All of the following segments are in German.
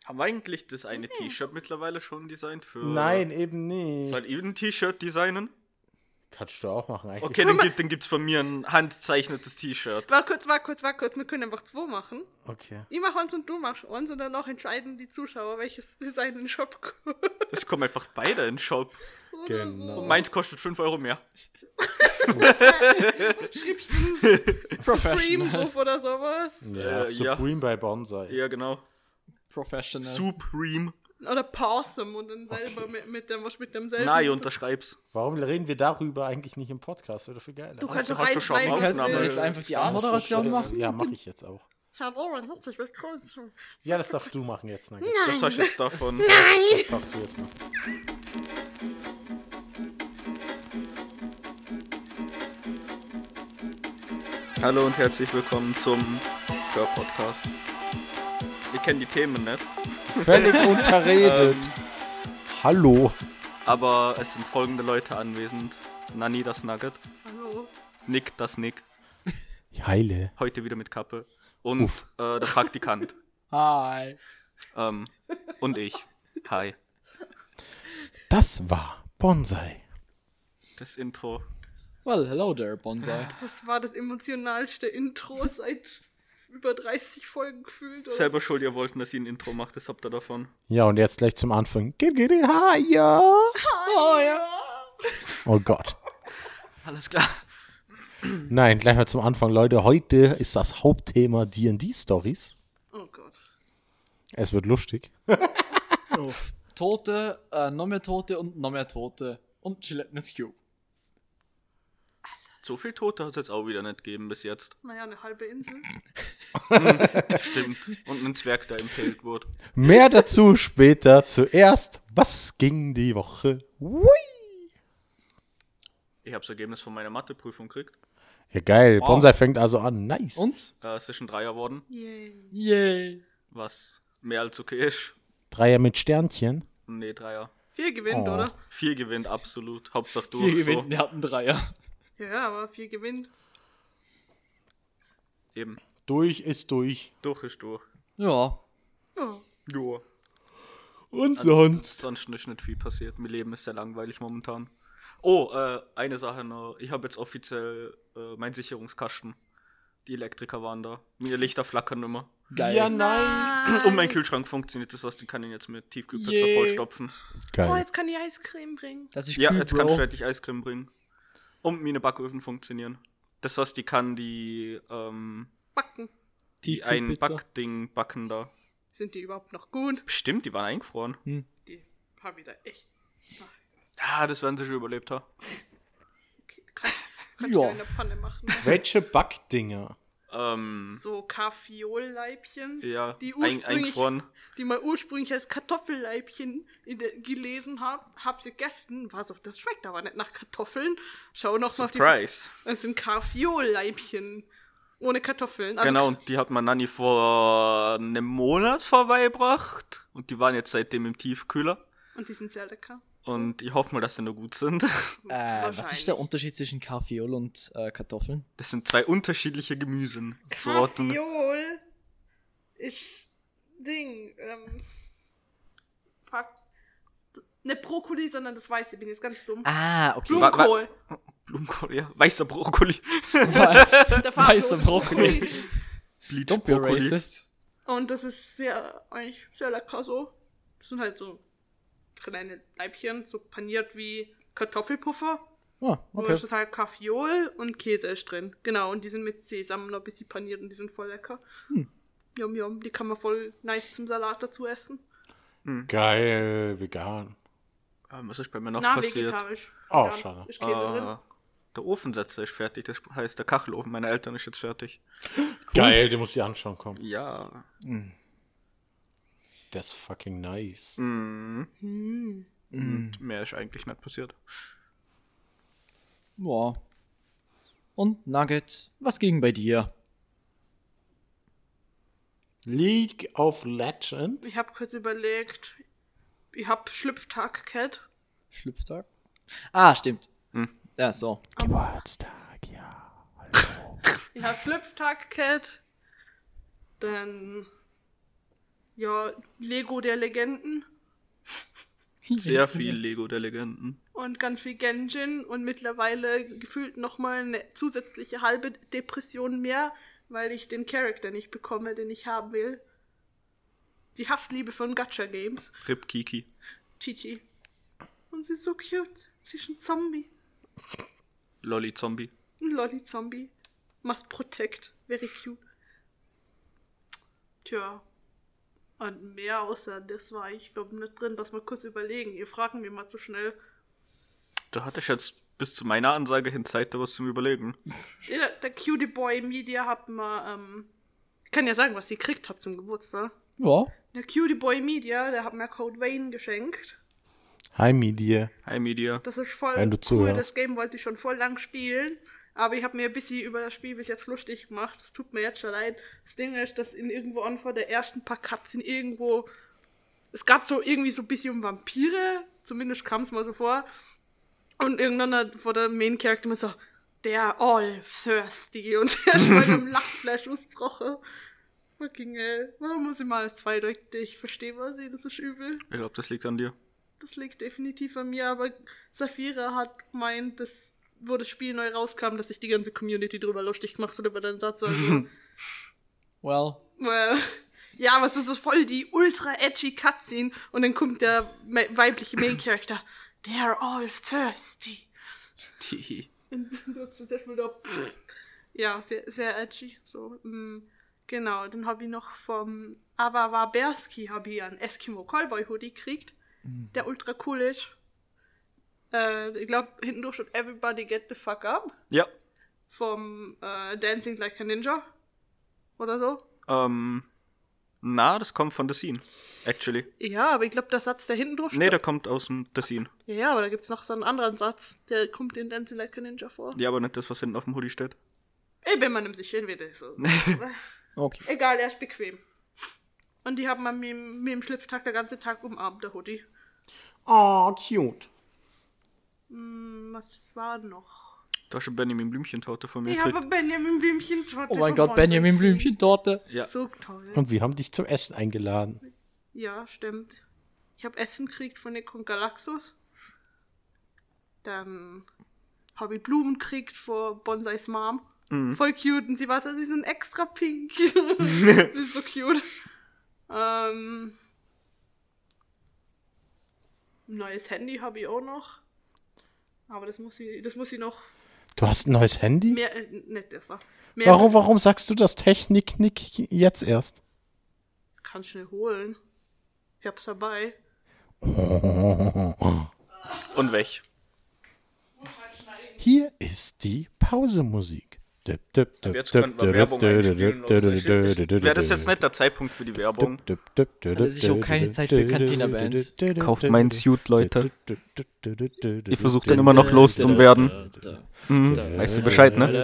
Haben wir eigentlich das eine T-Shirt mittlerweile schon designt für... Nein, eben nicht. Soll ich ein T-Shirt designen? Kannst du auch machen eigentlich. Okay, dann gibt's von mir ein handzeichnetes T-Shirt. War kurz. Wir können einfach 2 machen. Okay. Ich mach eins und du machst eins und danach entscheiden die Zuschauer, welches Design in den Shop kommt. Es kommen einfach beide in den Shop. Genau. Und meins kostet 5 Euro mehr. Schreibst du Supreme drauf oder sowas? Ja, Supreme bei Bonsai. Ja, genau. Professional. Supreme. Oder Possum und dann selber mit demselben. Nein, unterschreib's. Warum reden wir darüber eigentlich nicht im Podcast? Wäre doch viel geiler. Du kannst doch hast du schon reinschneiden, was Aufnahme. du Jetzt willst. einfach die Anmoderation machen. Ja, mache ich jetzt auch. Hallo und herzlich willkommen. Ja, das darfst du machen jetzt. Nugget. Das war jetzt davon. Das darfst du jetzt machen. Hallo und herzlich willkommen zum Hör-Podcast. Ich kenne die Themen nicht, Völlig unterredet. Hallo. Aber es sind folgende Leute anwesend. Nanni das Nugget, Hallo. Nick das Nick, Heile. heute wieder mit Kappe und der Praktikant. Hi. Und ich. Hi. Das war Bonsai. Das Intro. Well, hello there, Bonsai. Das war das emotionalste Intro seit über 30 Folgen gefühlt. Oder? Selber schuld, ihr wollten, dass ich ein Intro mache, das habt ihr davon. Ja, und jetzt gleich zum Anfang. Ja. Oh ja. Oh Gott. Alles klar. Nein, gleich mal zum Anfang, Leute. Heute ist das Hauptthema D&D-Stories. Oh Gott. Es wird lustig. Tote, noch mehr Tote und noch mehr Tote. Und Gelatinous Cube. So viel Tote hat es jetzt auch wieder nicht gegeben bis jetzt. Naja, eine halbe Insel. Stimmt. Und ein Zwerg, der impaled wurde. Mehr dazu später. Zuerst, was ging die Woche? Hui. Ich habe das Ergebnis von meiner Matheprüfung gekriegt. Ja, geil. Wow. Bonsai fängt also an. Nice. Und? Es ist ein Dreier worden, Yay. Yay. was mehr als okay ist. Dreier mit Sternchen. Nee, Dreier. 4 gewinnt, Oh. oder? 4 gewinnt, absolut. Hauptsache du. 4 gewinnen, der hat einen Dreier. Ja, aber 4 gewinnt. Eben. Durch ist durch. Durch ist durch. Ja. Oh. Ja. Und sonst. Sonst ist nicht viel passiert. Mein Leben ist sehr langweilig momentan. Oh, eine Sache noch. Ich habe jetzt offiziell meinen Sicherungskasten. Die Elektriker waren da. Meine Lichter flackern immer. Geil. Ja, nice. Und mein Kühlschrank funktioniert das, was den kann ich jetzt mit Tiefkühlpizza Yeah. vollstopfen. Oh, Geil. jetzt kann ich Eiscreme bringen. Das ist Ja, cool, jetzt kann Bro. ich fertig Eiscreme bringen. Und meine Backöfen funktionieren. Das heißt, die kann die Backen. ein Tiefkühlpizza. Backding backen da. Sind die überhaupt noch gut? Stimmt, die waren eingefroren. Die haben wieder echt. Ah, das werden sie schon überlebt haben. Okay, kannst Ja. du ja in der Pfanne machen. Welche Backdinger? So Kaffeolleibchen, Ja, die ursprünglich, eingefroren. die mal ursprünglich als Kartoffelleibchen gelesen habe, hab sie gegessen, war so, das schmeckt aber nicht nach Kartoffeln. Schau noch mal auf die. Surprise. Es sind Kaffeolleibchen ohne Kartoffeln. Also Genau, und die hat man Nanni vor einem Monat vorbeigebracht. Und die waren jetzt seitdem im Tiefkühler. Und die sind sehr lecker. Und ich hoffe mal, dass sie noch gut sind. Was ist Wahrscheinlich. der Unterschied zwischen Kaffeeol und Kartoffeln? Das sind 2 unterschiedliche Gemüsen. Kaffeol ist Ding, fuck. Nicht Brokkoli, sondern das Weiße, ich bin jetzt ganz dumm. Ah, okay. Blumenkohl. Blumenkohl, ja. Weißer Brokkoli. Der Weißer farblose Brokkoli. Bleach Don't be Brokkoli. racist. Und das ist eigentlich sehr lecker so. Das sind halt so kleine Leibchen, so paniert wie Kartoffelpuffer. Ah, Nur okay. ist es halt Kaffeeol und Käse ist drin. Genau, und die sind mit Sesam noch ein bisschen paniert und die sind voll lecker. Yum, yum. Die kann man voll nice zum Salat dazu essen. Geil, vegan. Was ist bei mir noch Na, passiert? vegetarisch. Oh, Vegan. schade. Ist Käse drin. Der Ofensetzer ist fertig. Das heißt, der Kachelofen meiner Eltern ist jetzt fertig. Geil, den muss ich anschauen, komm. Ja. Das ist fucking nice. Und mehr ist eigentlich nicht passiert. Ja. Und Nugget, was ging bei dir? League of Legends. Ich habe kurz überlegt, ich habe Schlüpftag gehabt. Schlüpftag? Ah, stimmt. Ja, so. Geburtstag, ja. Hallo. Ich habe Schlüpftag gehabt. Dann Ja, Lego der Legenden Sehr viel Lego der Legenden. und ganz viel Genshin und mittlerweile gefühlt nochmal eine zusätzliche halbe Depression mehr, weil ich den Charakter nicht bekomme, den ich haben will. Die Hassliebe von Gacha Games. Rip Kiki. Chichi. Und sie ist so cute. Sie ist ein Zombie. Lolli Zombie. Ein Lolli-Zombie. Must protect. Very cute. Tja. Und mehr außer das war ich, glaube nicht drin. Lass mal kurz überlegen. Ihr fragen mir mal zu schnell. Da hatte ich jetzt bis zu meiner Ansage hin Zeit, da was zum Überlegen. Ja, der Cutie Boy Media hat mal, ich kann ja sagen, was ihr gekriegt habt zum Geburtstag. Ja. Der Cutie Boy Media, der hat mir Code Vein geschenkt. Hi, Media. Hi Media. Das ist voll Wenn du cool. zuhörst. Das Game wollte ich schon voll lang spielen. Aber ich habe mir ein bisschen über das Spiel bis jetzt lustig gemacht. Das tut mir jetzt schon leid. Das Ding ist, dass in irgendwo an vor der ersten paar Cutscene irgendwo... Es gab so irgendwie so ein bisschen um Vampire. Zumindest kam es mal so vor. Und irgendwann vor der Main-Character immer so, der all thirsty. Und der ist mal im Lachflash ausgebrochen. Fucking hell. Warum muss ich mal alles zweideutig? Ich verstehe was, das ist übel. Ich glaube, das liegt an dir. Das liegt definitiv an mir, aber Saphira hat gemeint, dass, wo das Spiel neu rauskam, dass sich die ganze Community drüber lustig gemacht hat über den Satz. Also, Well. ja, aber es ist so voll die ultra edgy Cutscene und dann kommt der weibliche Main-Character. They're all thirsty. Und du hast das erstmal da. Ja, sehr, sehr edgy. So, genau, dann habe ich noch vom Awawa Bersky habe ich einen Eskimo Callboy Hoodie gekriegt, der ultra cool ist. Ich glaube, hinten durch steht Everybody Get the Fuck Up Ja. vom Dancing Like a Ninja oder so. Das kommt von The Scene, actually. Ja, aber ich glaube, der Satz, der hinten drauf steht. Nee, der kommt aus dem The Scene. Ja, aber da gibt es noch so einen anderen Satz, der kommt in Dancing Like a Ninja vor. Ja, aber nicht das, was hinten auf dem Hoodie steht. Ich bin mir nicht sicher, entweder so. Okay. Egal, er ist bequem. Und die haben mir im Schlipftag den ganzen Tag umarmt, der Hoodie. Oh, cute. Was war noch? Da hast du Benjamin Blümchentorte von mir Ich gekriegt. habe Benjamin Blümchen-Torte. Oh mein von Gott, Bonsai Benjamin gekriegt. Blümchen-Torte. Ja. So toll. Und wir haben dich zum Essen eingeladen. Ja, stimmt. Ich habe Essen gekriegt von Nick und Galaxus. Dann habe ich Blumen gekriegt von Bonsais Mom. Voll cute. Und sie war so, sie sind extra pink. Sie ist so cute. Neues Handy habe ich auch noch. Aber das muss ich noch Du hast ein neues Handy? mehr, nicht das. Mehr Warum sagst du das Technik-Nick jetzt erst? Kann schnell holen. Ich hab's dabei. Und weg. Hier ist die Pausemusik. Jetzt könnten wir Werbung einspielen oder so. Wäre das jetzt nicht der Zeitpunkt für die Werbung? Hatte sich auch keine Zeit für Cantina-Bands. Kauft meinen Suit, Leute. Ich versuche dann immer noch loszuwerden. Weißt du Bescheid, ne?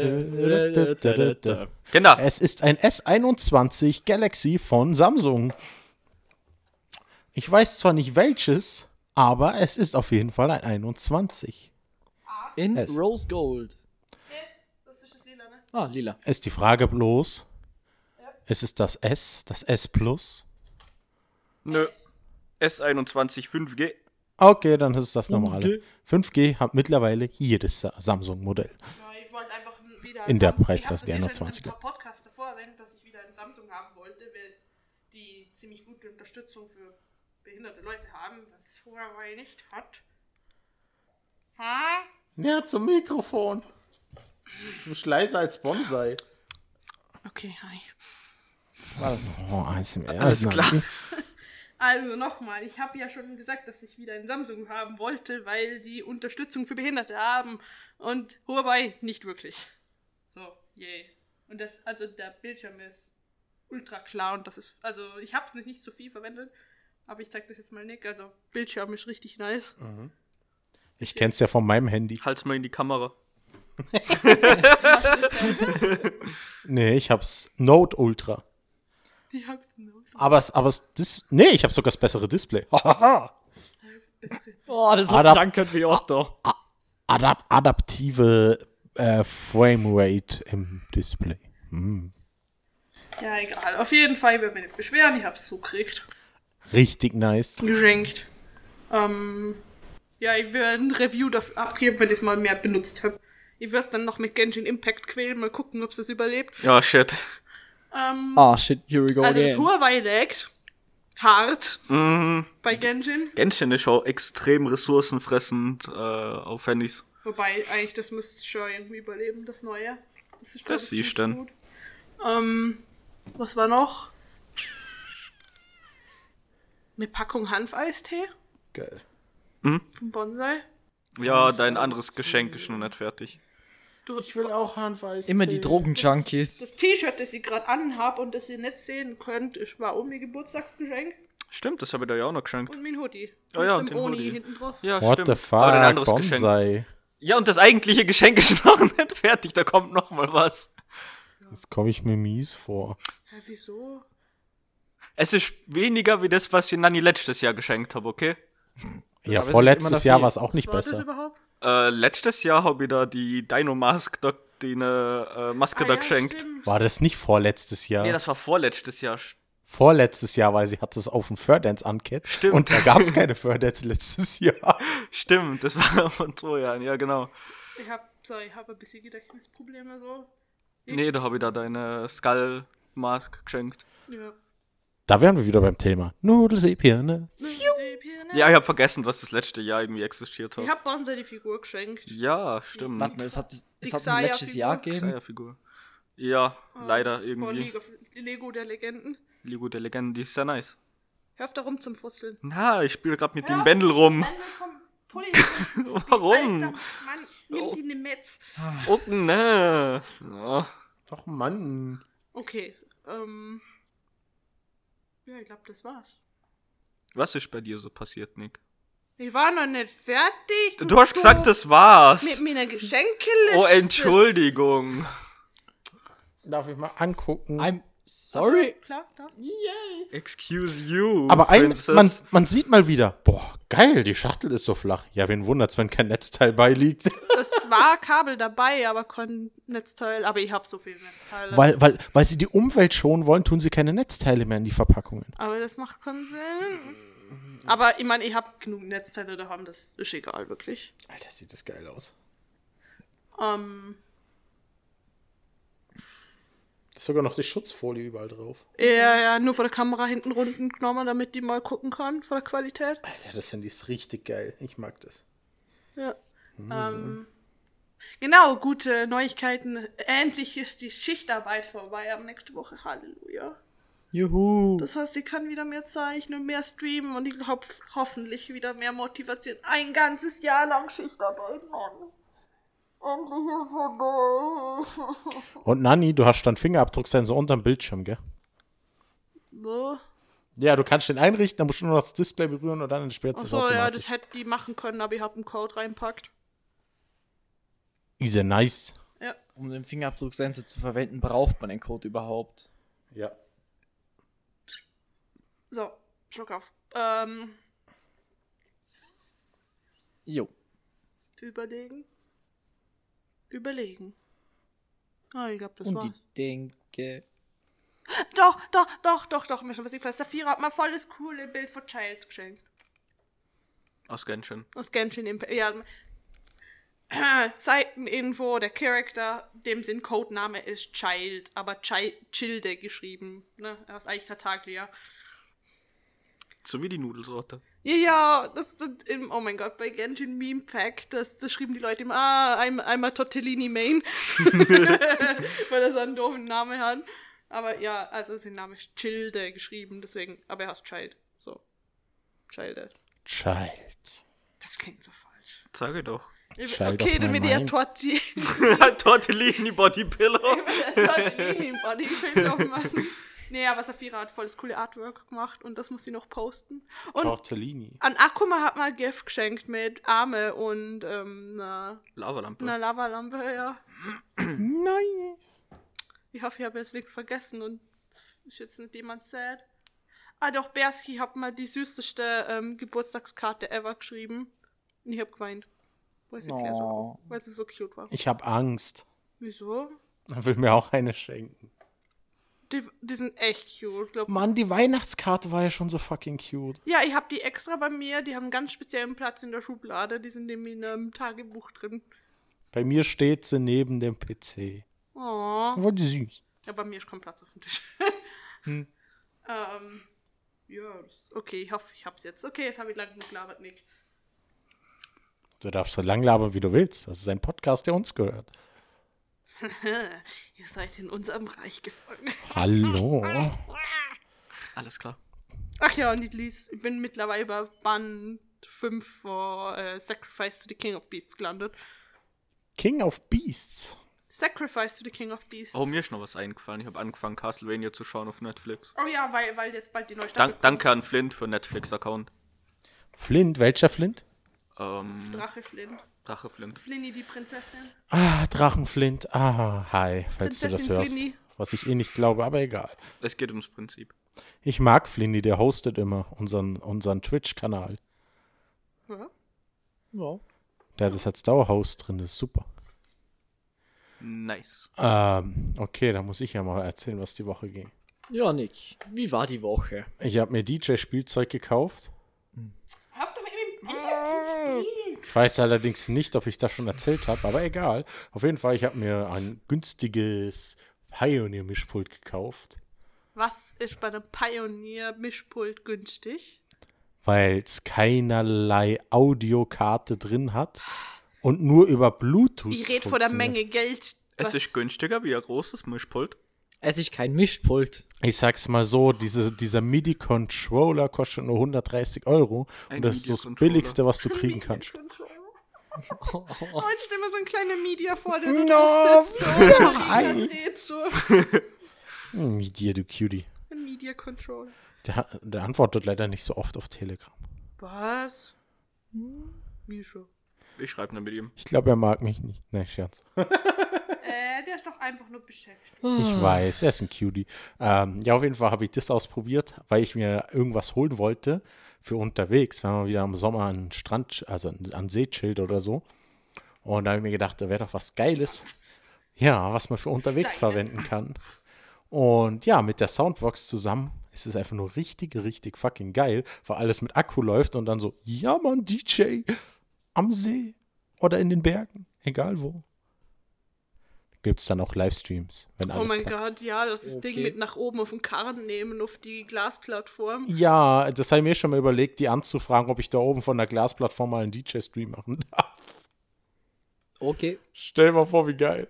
Genau. Es ist ein S21 Galaxy von Samsung. Ich weiß zwar nicht welches, aber es ist auf jeden Fall ein 21. In S. Rose Gold. Das ist das Lila, ne? Ah, lila. Ist die Frage bloß, ist es das S Plus? Nö. S21 5G. Okay, dann ist es das normale. 5G hat mittlerweile jedes Samsung-Modell. Ja, ich wollte einfach wieder. In der Ich hab Preisklasse das der ja schon in 21er. ein paar Podcasts davor erwähnt, dass ich wieder einen Samsung haben wollte, weil die ziemlich gute Unterstützung für behinderte Leute haben, was Huawei nicht hat. Ha? Ja, zum Mikrofon. Du bist leiser als Bonsai. Okay, hi. Oh, ASMR. Alles klar. Also nochmal, ich habe ja schon gesagt, dass ich wieder einen Samsung haben wollte, weil die Unterstützung für Behinderte haben und Huawei nicht wirklich. So, yay. Und das, also der Bildschirm ist ultra klar und das ist, also ich habe es nicht so viel verwendet, aber ich zeige das jetzt mal Nick, also Bildschirm ist richtig nice. Ich kenn's ja von meinem Handy. Halt's mal in die Kamera. Machst du das selber? Nee, ich hab's Note Ultra. Ich hab's noch. Aber ich hab sogar das bessere Display. Oh, das Adap- Dank können wir auch doch. Adaptive Framerate im Display. Ja, egal. Auf jeden Fall, ich werde mich nicht beschweren. Ich hab's so gekriegt. Richtig nice. Geschenkt. Ja, ich werde ein Review dafür abgeben, wenn ich es mal mehr benutzt habe. Ich werde es dann noch mit Genshin Impact quälen. Mal gucken, ob es überlebt. Ja, shit. Shit, here we go Also das again. Huawei laggt hart Mhm. bei Genshin. Genshin ist auch extrem ressourcenfressend auf Handys. Wobei, eigentlich, das müsste schon irgendwie überleben, das Neue. Das ist, glaub Das ich, siehst ziemlich du gut. Was war noch? Eine Packung Hanfeistee Geil. vom Bonsai. Ja, dein anderes Geschenk ist noch nicht fertig. Ich will auch Hanfeis. Immer die Drogenjunkies. Das T-Shirt, das ich gerade anhab und das ihr nicht sehen könnt, war auch mein Geburtstagsgeschenk. Stimmt, das habe ich dir ja auch noch geschenkt. Und mein Hoodie. Oh ja, mit und dem den Oni Hoodie. hinten drauf. Ja, What stimmt. the Aber dein fuck, anderes Geschenk. Bonsai. Ja, und das eigentliche Geschenk ist noch nicht fertig. Da kommt noch mal was. Jetzt komme ich mir mies vor. Hä, wieso? Es ist weniger wie das, was ich Nanni letztes Jahr geschenkt habe, okay? Ja, Aber es ist vorletztes immer noch Jahr viel. war es auch nicht War das besser. überhaupt? Letztes Jahr habe ich da die Dino-Mask, die eine Maske da geschenkt. Stimmt. War das nicht vorletztes Jahr? Nee, das war vorletztes Jahr. Vorletztes Jahr, weil sie hat es auf dem Furdance angekettet. Stimmt. Und da gab es keine Furdance letztes Jahr. Stimmt, das war von 2 Jahren, ja genau. Ich hab ein bisschen Gedächtnisprobleme so. Nee, da habe ich da deine Skull-Mask geschenkt. Ja. Da wären wir wieder beim Thema. Nudelseepirne. Ja, ich habe vergessen, dass das letzte Jahr irgendwie existiert Ich hat. hab Bonsai die Figur geschenkt. Ja, stimmt. Warte mal, es hat ein Xayah-Figur. letztes Jahr gegeben. Xayah-Figur. Ja, leider Von irgendwie. Lego der Legenden. Lego der Legende, die ist sehr nice. Hör auf da rum zum Fusseln. Na, ich spiele gerade mit Hör dem auf, Bändel rum. Bändel vom Pulli. Warum? Alter, Mann, nimm die ne Metz. Oh, ne. Ja. Ach Mann. Okay, ja, ich glaube, das war's. Was ist bei dir so passiert, Nick? Ich war noch nicht fertig. Du hast gesagt, das war's. Mit meiner Geschenkeliste. Oh, Entschuldigung. Darf ich mal angucken? I'm sorry. Klar, da. Excuse you, Aber Princess. man sieht mal wieder, boah, geil, die Schachtel ist so flach. Ja, wen wundert's, wenn kein Netzteil beiliegt. Es war Kabel dabei, aber kein Netzteil. Aber ich habe so viele Netzteile. weil sie die Umwelt schonen wollen, tun sie keine Netzteile mehr in die Verpackungen. Aber das macht keinen Sinn. Aber ich meine, ich habe genug Netzteile daheim, das ist egal, wirklich. Alter, sieht das geil aus. Da ist sogar noch die Schutzfolie überall drauf. Ja, nur vor der Kamera hinten runden genommen, damit die mal gucken kann, von der Qualität. Alter, das Handy ist richtig geil. Ich mag das. Ja. Genau, gute Neuigkeiten. Endlich ist die Schichtarbeit vorbei ab nächste Woche. Halleluja. Juhu. Das heißt, ich kann wieder mehr zeichnen und mehr streamen und ich glaube hoffentlich wieder mehr Motivation. Ein ganzes Jahr lang Schichtarbeit, Mann. Endlich ist vorbei. Und Nanni, du hast dann Fingerabdrucksensor unterm Bildschirm, gell? So. Ja, du kannst den einrichten, dann musst du nur noch das Display berühren und dann entsperrt es Achso, ja, automatisch. das hätte die machen können, aber ich habe einen Code reinpackt. Ist ja nice. Ja. Um den Fingerabdrucksensor zu verwenden, braucht man den Code überhaupt. Ja. So, Schluck auf. Jo. Überlegen. Ah, ich glaube, das Und war's. die denke. Doch, mir schon was ich weiß. Saphira hat mal voll das coole Bild von Child geschenkt. Aus Genshin. Aus Genshin Impact. Ja. Seiteninfo, der Charakter, dem sein Codename ist Child, aber Childe geschrieben. Ne? Er ist eigentlich Tartaglia. So wie die Nudelsorte. Ja, oh mein Gott, bei Genshin Meme Pack, das schrieben die Leute immer, I'm a Tortellini Main. Weil er so einen doofen Namen hat. Aber ja, also sein Name ist Childe geschrieben, deswegen, aber er heißt Child. So. Childe. Child. Das klingt so falsch. Sage doch. Child Okay, of dann my mit der mind. Tortellini Body Pillow. Tortellini Bodypillow machen. Nee, aber Saphira hat voll das coole Artwork gemacht und das muss sie noch posten. Und Tortellini. an Akuma hat mal Gift geschenkt mit Arme und einer Lavalampe. Lavalampe, ja. Nein. Ich hoffe, ich habe jetzt nichts vergessen und ist jetzt nicht jemand sad. Ah doch, Berski hat mal die süßeste Geburtstagskarte ever geschrieben. Und ich habe geweint. Weil sie Oh. weil sie so cute war. Ich hab Angst. Wieso? Er will mir auch eine schenken. Die sind echt cute, glaub. Mann, die Weihnachtskarte war ja schon so fucking cute. Ja, ich habe die extra bei mir. Die haben einen ganz speziellen Platz in der Schublade. Die sind nämlich in einem Tagebuch drin. Bei mir steht sie neben dem PC. Oh. War die süß. Ja, bei mir ist kein Platz auf dem Tisch. Ja, okay, ich hoffe, ich hab's jetzt. Okay, jetzt habe ich lange gelabert, Nick. Du darfst so lang labern, wie du willst. Das ist ein Podcast, der uns gehört. Ihr seid in unserem Reich gefangen. Hallo. Alles klar. Ach ja, und ich bin mittlerweile bei Band 5 vor Sacrifice to the King of Beasts gelandet. King of Beasts. Sacrifice to the King of Beasts. Oh, mir ist noch was eingefallen. Ich habe angefangen, Castlevania zu schauen auf Netflix. Oh ja, weil jetzt bald die neue Staffel Danke an Flint für Netflix-Account. Flint, welcher Flint? Drache Flint. Drache Flint. Flinny, die Prinzessin. Ah, Drachenflint. Ah, hi, falls du das Prinzessin hörst. Flinny. Was ich eh nicht glaube, aber egal. Es geht ums Prinzip. Ich mag Flinny, der hostet immer unseren Twitch-Kanal. Ja. Ja. Der hat das als Dauerhost drin, das ist super. Nice. Okay, da muss ich ja mal erzählen, was die Woche ging. Ja, Nick, wie war die Woche? Ich habe mir DJ-Spielzeug gekauft. Habt ihr mit mir zu spielen? Ich weiß allerdings nicht, ob ich das schon erzählt habe, aber egal. Auf jeden Fall, ich habe mir ein günstiges Pioneer-Mischpult gekauft, Was ist bei einem Pioneer-Mischpult günstig? weil es keinerlei Audiokarte drin hat und nur über Bluetooth Ich rede von der funktioniert. Menge Geld. Es ist günstiger wie ein großes Mischpult. Es ist kein Mischpult. Ich sag's mal so, dieser MIDI-Controller kostet nur 130 Euro Ein und das ist das MIDI-Controller. Billigste, was du kriegen kannst. Oh, jetzt stell mir so ein kleiner Media vor, der No, drauf sitzt. So, hi. dreht so. Media, du Cutie. Ein Media-Controller. Der antwortet leider nicht so oft auf Telegram. Was? Mischa. Ich schreibe dann mit ihm. Ich glaube, er mag mich nicht. Nein, Scherz. Der ist doch einfach nur beschäftigt. Ich weiß, er ist ein Cutie. Ja, auf jeden Fall habe ich das ausprobiert, weil ich mir irgendwas holen wollte für unterwegs, wenn man wieder am Sommer an den Strand, also an See chillt oder so. Und da habe ich mir gedacht, da wäre doch was Geiles. Ja, was man für unterwegs Steine. verwenden kann. Und ja, mit der Soundbox zusammen ist es einfach nur richtig, richtig fucking geil, weil alles mit Akku läuft und dann so, ja Mann, DJ am See oder in den Bergen, egal wo. Gibt es dann auch Livestreams, wenn alles Oh mein klappt. Gott, ja, das Okay. Ding mit nach oben auf den Karren nehmen, auf die Glasplattform. Ja, das habe ich mir schon mal überlegt, die anzufragen, ob ich da oben von der Glasplattform mal einen DJ-Stream machen darf. Okay. Stell dir mal vor, wie geil.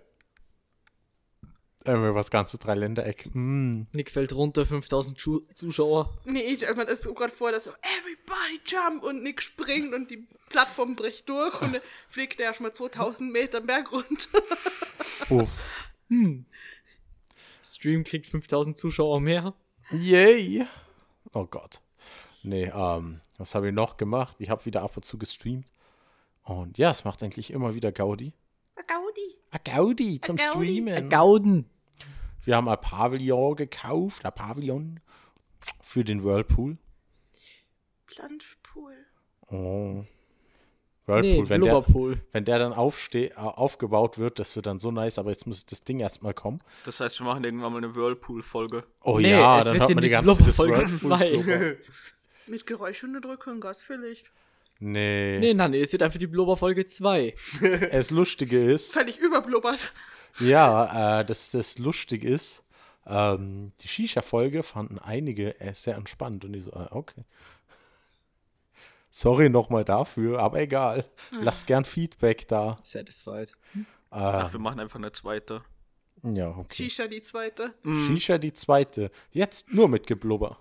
Über das ganze Dreiländereck. Nick fällt runter, 5000 Zuschauer. Nee, ich stell mir das so gerade vor, dass so everybody jump und Nick springt und die Plattform bricht durch und dann fliegt er erstmal 2000 Meter den Berg runter. Uff. Stream kriegt 5000 Zuschauer mehr. Yay. Oh Gott. Nee, was habe ich noch gemacht? Ich habe wieder ab und zu gestreamt. Und ja, es macht eigentlich immer wieder Gaudi. Gaudi. Gaudi zum Gaudi. Streamen. Gauden. Wir haben ein Pavillon gekauft, ein Pavillon für den Whirlpool. Planschpool. Oh. Nee, Whirlpool, Blubberpool. wenn der dann aufgebaut wird, das wird dann so nice, aber jetzt muss das Ding erstmal kommen. Das heißt, wir machen irgendwann mal eine Whirlpool-Folge. Oh Nee, ja, es dann wird hat in man die die ganze Zeit das Blubberfolge Whirlpool 2. Blubber. Mit Geräuschunterdrückung, ganz vielleicht. Nee. Nee, es wird einfach die Blubberfolge 2. Das Lustige ist, Völlig überblubbert. ja, das lustig ist, die Shisha-Folge fanden einige sehr entspannt und ich so, okay. Sorry nochmal dafür, aber egal. Lasst gern Feedback da. Satisfied. Ach, wir machen einfach eine zweite. Ja, okay. Shisha die zweite. Shisha die zweite. Jetzt nur mit Geblubber.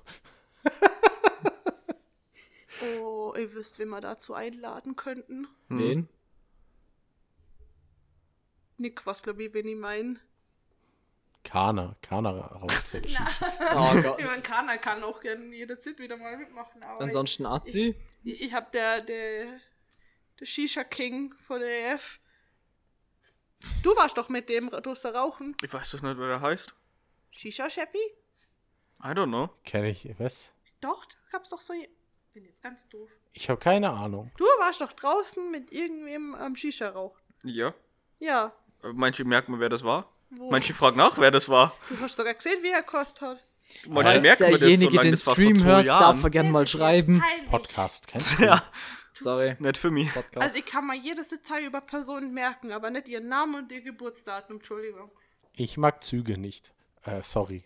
Oh, ihr wisst, wen wir dazu einladen könnten. Wen? Nick, was glaube ich, wen ich mein. Kana raus. Oh Gott. Ich meine, Kana kann auch gerne jederzeit wieder mal mitmachen. Aber Ansonsten Azi. ich hab der Shisha King von der EF. Du warst doch mit dem, du hast da rauchen. Ich weiß doch nicht, wer der heißt. Shisha Sheppi? I don't know. Kenn ich, was? Doch, da gab's doch so. Bin jetzt ganz doof. Ich habe keine Ahnung. Du warst doch draußen mit irgendwem am Shisha rauchen. Ja. Ja. Manche merken, wer das war. Wo? Manche fragen nach, wer das war. Du hast sogar gesehen, wie er gekostet hat. Manche Falls merken mir das so derjenige lange, den das war Stream vor 2 hört, Jahren. darf er gerne mal Das ist jetzt schreiben. peinlich. Podcast, kennst du? Ja, Sorry. nicht für mich. Podcast. Also ich kann mal jedes Detail über Personen merken, aber nicht ihren Namen und ihr Geburtsdatum, Entschuldigung. Ich mag Züge nicht. Sorry.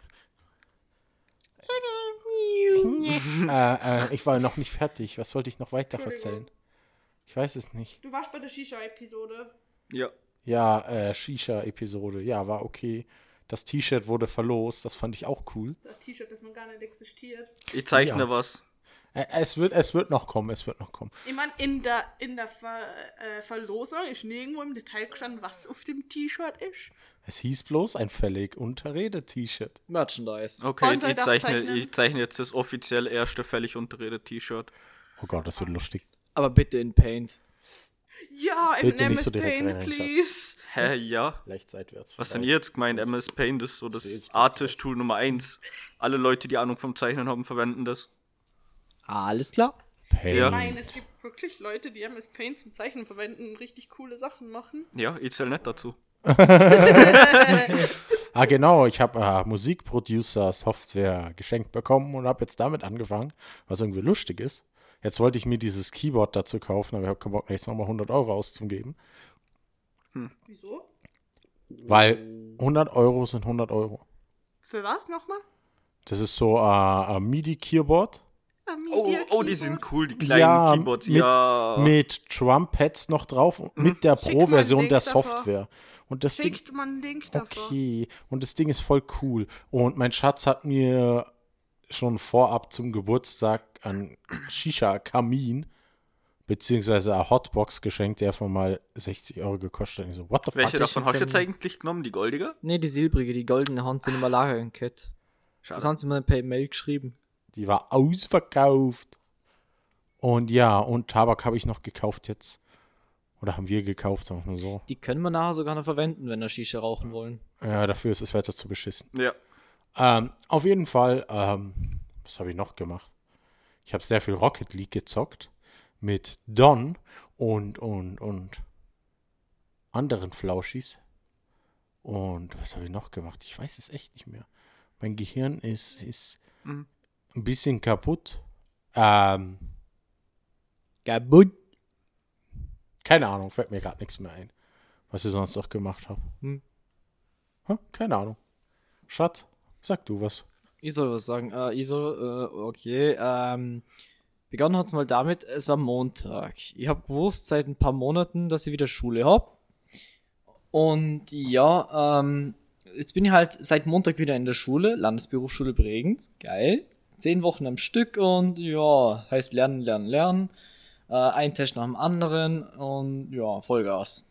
Ich war noch nicht fertig. Was wollte ich noch weiter erzählen? Ich weiß es nicht. Du warst bei der Shisha-Episode. Ja. Ja, Shisha-Episode. Ja, war okay. Das T-Shirt wurde verlost. Das fand ich auch cool. Das T-Shirt, das noch gar nicht existiert. Ich zeichne Ja. was. Es wird noch kommen. Es wird noch kommen. Ich meine, in der Verlosung ist nirgendwo im Detail gestanden, was auf dem T-Shirt ist. Es hieß bloß ein völlig Oh. Unterrede-T-Shirt. Merchandise. Okay, Und soll ich das zeichne, zeichnen? ich zeichne jetzt das offiziell erste völlig unterrede T-Shirt. Oh Gott, das wird lustig. Aber bitte in Paint. Ja, im Bitte nicht MS so direkt Paint, rein, please. Hä, ja? Leicht seitwärts. Was denn ihr jetzt gemeint? MS Paint ist so das Seht's Artist-Tool Nummer 1. Alle Leute, die Ahnung vom Zeichnen haben, verwenden das. Alles klar. Ja. Nein, es gibt wirklich Leute, die MS Paint zum Zeichnen verwenden und richtig coole Sachen machen. Ja, ich zähle nicht dazu. Genau, ich habe Musikproducer-Software geschenkt bekommen und habe jetzt damit angefangen, was irgendwie lustig ist. Jetzt wollte ich mir dieses Keyboard dazu kaufen, aber ich habe keinen Bock, jetzt nochmal 100 Euro auszugeben. Wieso? Weil 100 Euro sind 100 Euro. Für was nochmal? Das ist so ein MIDI-Keyboard Oh, die sind cool, die kleinen Keyboards. Ja. mit Trumpads noch drauf und mit der Schick mal einen Pro-Version Link der davor. Software. Und das Ding, Schickt man einen Link davor. okay, und das Ding ist voll cool. Und mein Schatz hat mir schon vorab zum Geburtstag einen Shisha-Kamin beziehungsweise eine Hotbox geschenkt, der von mal 60 Euro gekostet hat. Ich so, what the fuck? Welche Was davon ich hast du kenn- jetzt eigentlich genommen? Die goldige? Nee, die silbrige, die goldene haben sie in einem Lager gekehrt. Das haben sie mir per Mail geschrieben. Die war ausverkauft. Und ja, und Tabak habe ich noch gekauft jetzt. Oder haben wir gekauft, sagen wir mal so. Die können wir nachher sogar noch verwenden, wenn wir Shisha rauchen wollen. Ja, dafür ist das Wetter zu beschissen. Ja. Auf jeden Fall, was habe ich noch gemacht? Ich habe sehr viel Rocket League gezockt mit Don und anderen Flauschis. Und was habe ich noch gemacht? Ich weiß es echt nicht mehr. Mein Gehirn ist Mhm. ein bisschen kaputt. Kaputt. Keine Ahnung, fällt mir gerade nichts mehr ein, was ich sonst noch gemacht habe. Keine Ahnung. Schatz, sag du was. Ich soll was sagen. Okay. Begonnen hat es mal damit, es war Montag. Ich habe gewusst seit ein paar Monaten, dass ich wieder Schule habe. Und ja, jetzt bin ich halt seit Montag wieder in der Schule, Landesberufsschule Bregenz. Geil. 10 Wochen am Stück und ja, heißt lernen, lernen, lernen. Ein Test nach dem anderen und ja, Vollgas.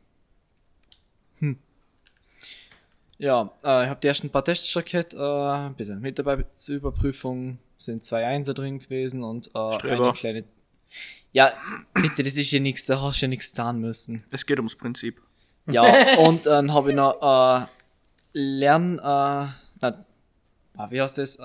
Ja, ich habe die ersten paar Tests schon gehabt. Bitte. Mitarbeitsüberprüfung sind 2 Einser drin gewesen und Streber. eine kleine. Ja, bitte, das ist ja nichts, da hast du ja nichts getan müssen. Es geht ums Prinzip. Ja, und dann habe ich noch wie heißt das?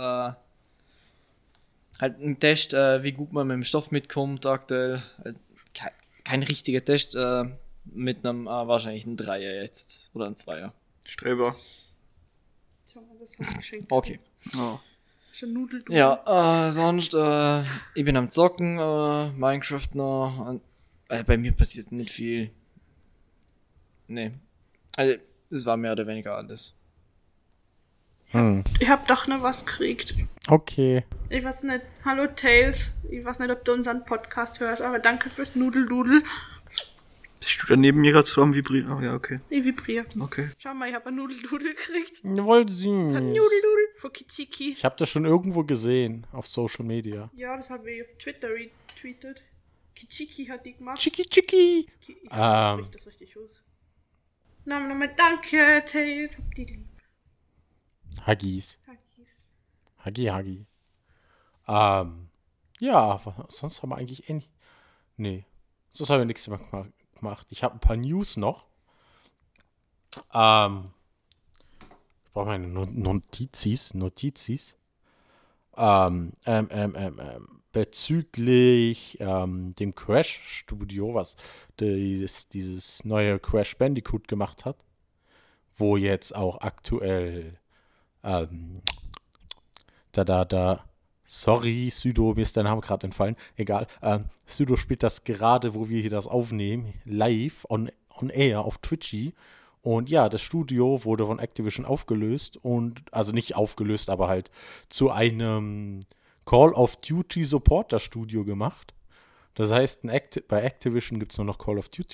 Halt ein Test, wie gut man mit dem Stoff mitkommt aktuell. Kein richtiger Test, mit einem wahrscheinlich ein Dreier jetzt oder ein Zweier. Streber. Schau mal, das hab ich geschenkt. Okay. Oh. Schon Nudel. Ja, sonst, ich bin am Zocken, Minecraft noch. Und, bei mir passiert nicht viel. Nee. Also, es war mehr oder weniger alles. Ich hab doch noch was gekriegt. Okay. Ich weiß nicht. Hallo Tails. Ich weiß nicht, ob du unseren Podcast hörst, aber danke fürs Nudeldudel. Bist du da neben mir gerade so am Vibrieren? Oh ja, okay. Ich vibriere. Okay. Schau mal, ich habe ein Nudeldudel gekriegt. Jawohl, Das hat sie. Nudeldudel von Kichiki. Ich habe das schon irgendwo gesehen auf Social Media. Ja, das habe ich auf Twitter retweetet. Kichiki hat die gemacht. Chiki Chiki. Ich spreche das richtig aus. Nochmal danke, Tails. Hab die lieb. Huggies. Haggis. Huggy. Ja, sonst haben wir eigentlich nicht. Nee. Sonst haben wir nichts mehr gemacht. Ich habe ein paar News noch. Ich brauche meine Notizis. Bezüglich dem Crash-Studio, was dieses neue Crash Bandicoot gemacht hat, wo jetzt auch aktuell sorry, Südo, mir ist dein Name gerade entfallen, egal, Südo spielt das gerade, wo wir hier das aufnehmen, live on air auf Twitchy. Und ja, das Studio wurde von Activision aufgelöst und, also nicht aufgelöst, aber halt zu einem Call of Duty Supporter Studio gemacht. Das heißt, bei Activision gibt es nur noch Call of Duty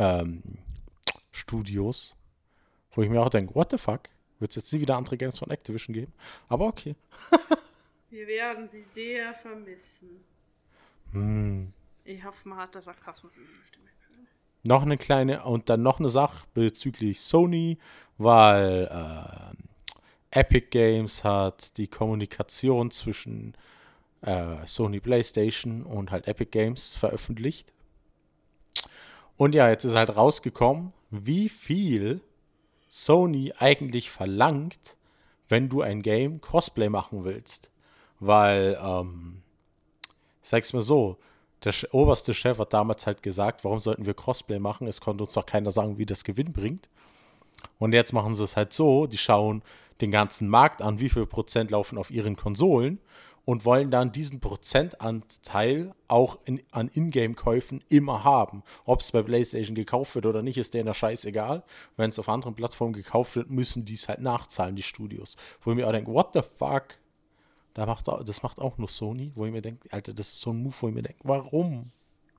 Studios, wo ich mir auch denke, what the fuck? Wird es jetzt nie wieder andere Games von Activision geben? Aber okay. Wir werden sie sehr vermissen. Ich hoffe, man hat der Sarkasmus in der Stimme. Noch eine kleine, und dann noch eine Sache bezüglich Sony, weil Epic Games hat die Kommunikation zwischen Sony PlayStation und halt Epic Games veröffentlicht. Und ja, jetzt ist halt rausgekommen, wie viel Sony eigentlich verlangt, wenn du ein Game Crossplay machen willst. Weil, ich sag's mal so, der oberste Chef hat damals halt gesagt, warum sollten wir Crossplay machen? Es konnte uns doch keiner sagen, wie das Gewinn bringt. Und jetzt machen sie es halt so, die schauen den ganzen Markt an, wie viel Prozent laufen auf ihren Konsolen und wollen dann diesen Prozentanteil auch an Ingame-Käufen immer haben. Ob es bei PlayStation gekauft wird oder nicht, ist denen scheißegal. Wenn es auf anderen Plattformen gekauft wird, müssen die es halt nachzahlen, die Studios. Wo ich mir auch denke, what the fuck? Das macht auch nur Sony, wo ich mir denke, Alter, das ist so ein Move, wo ich mir denke, warum?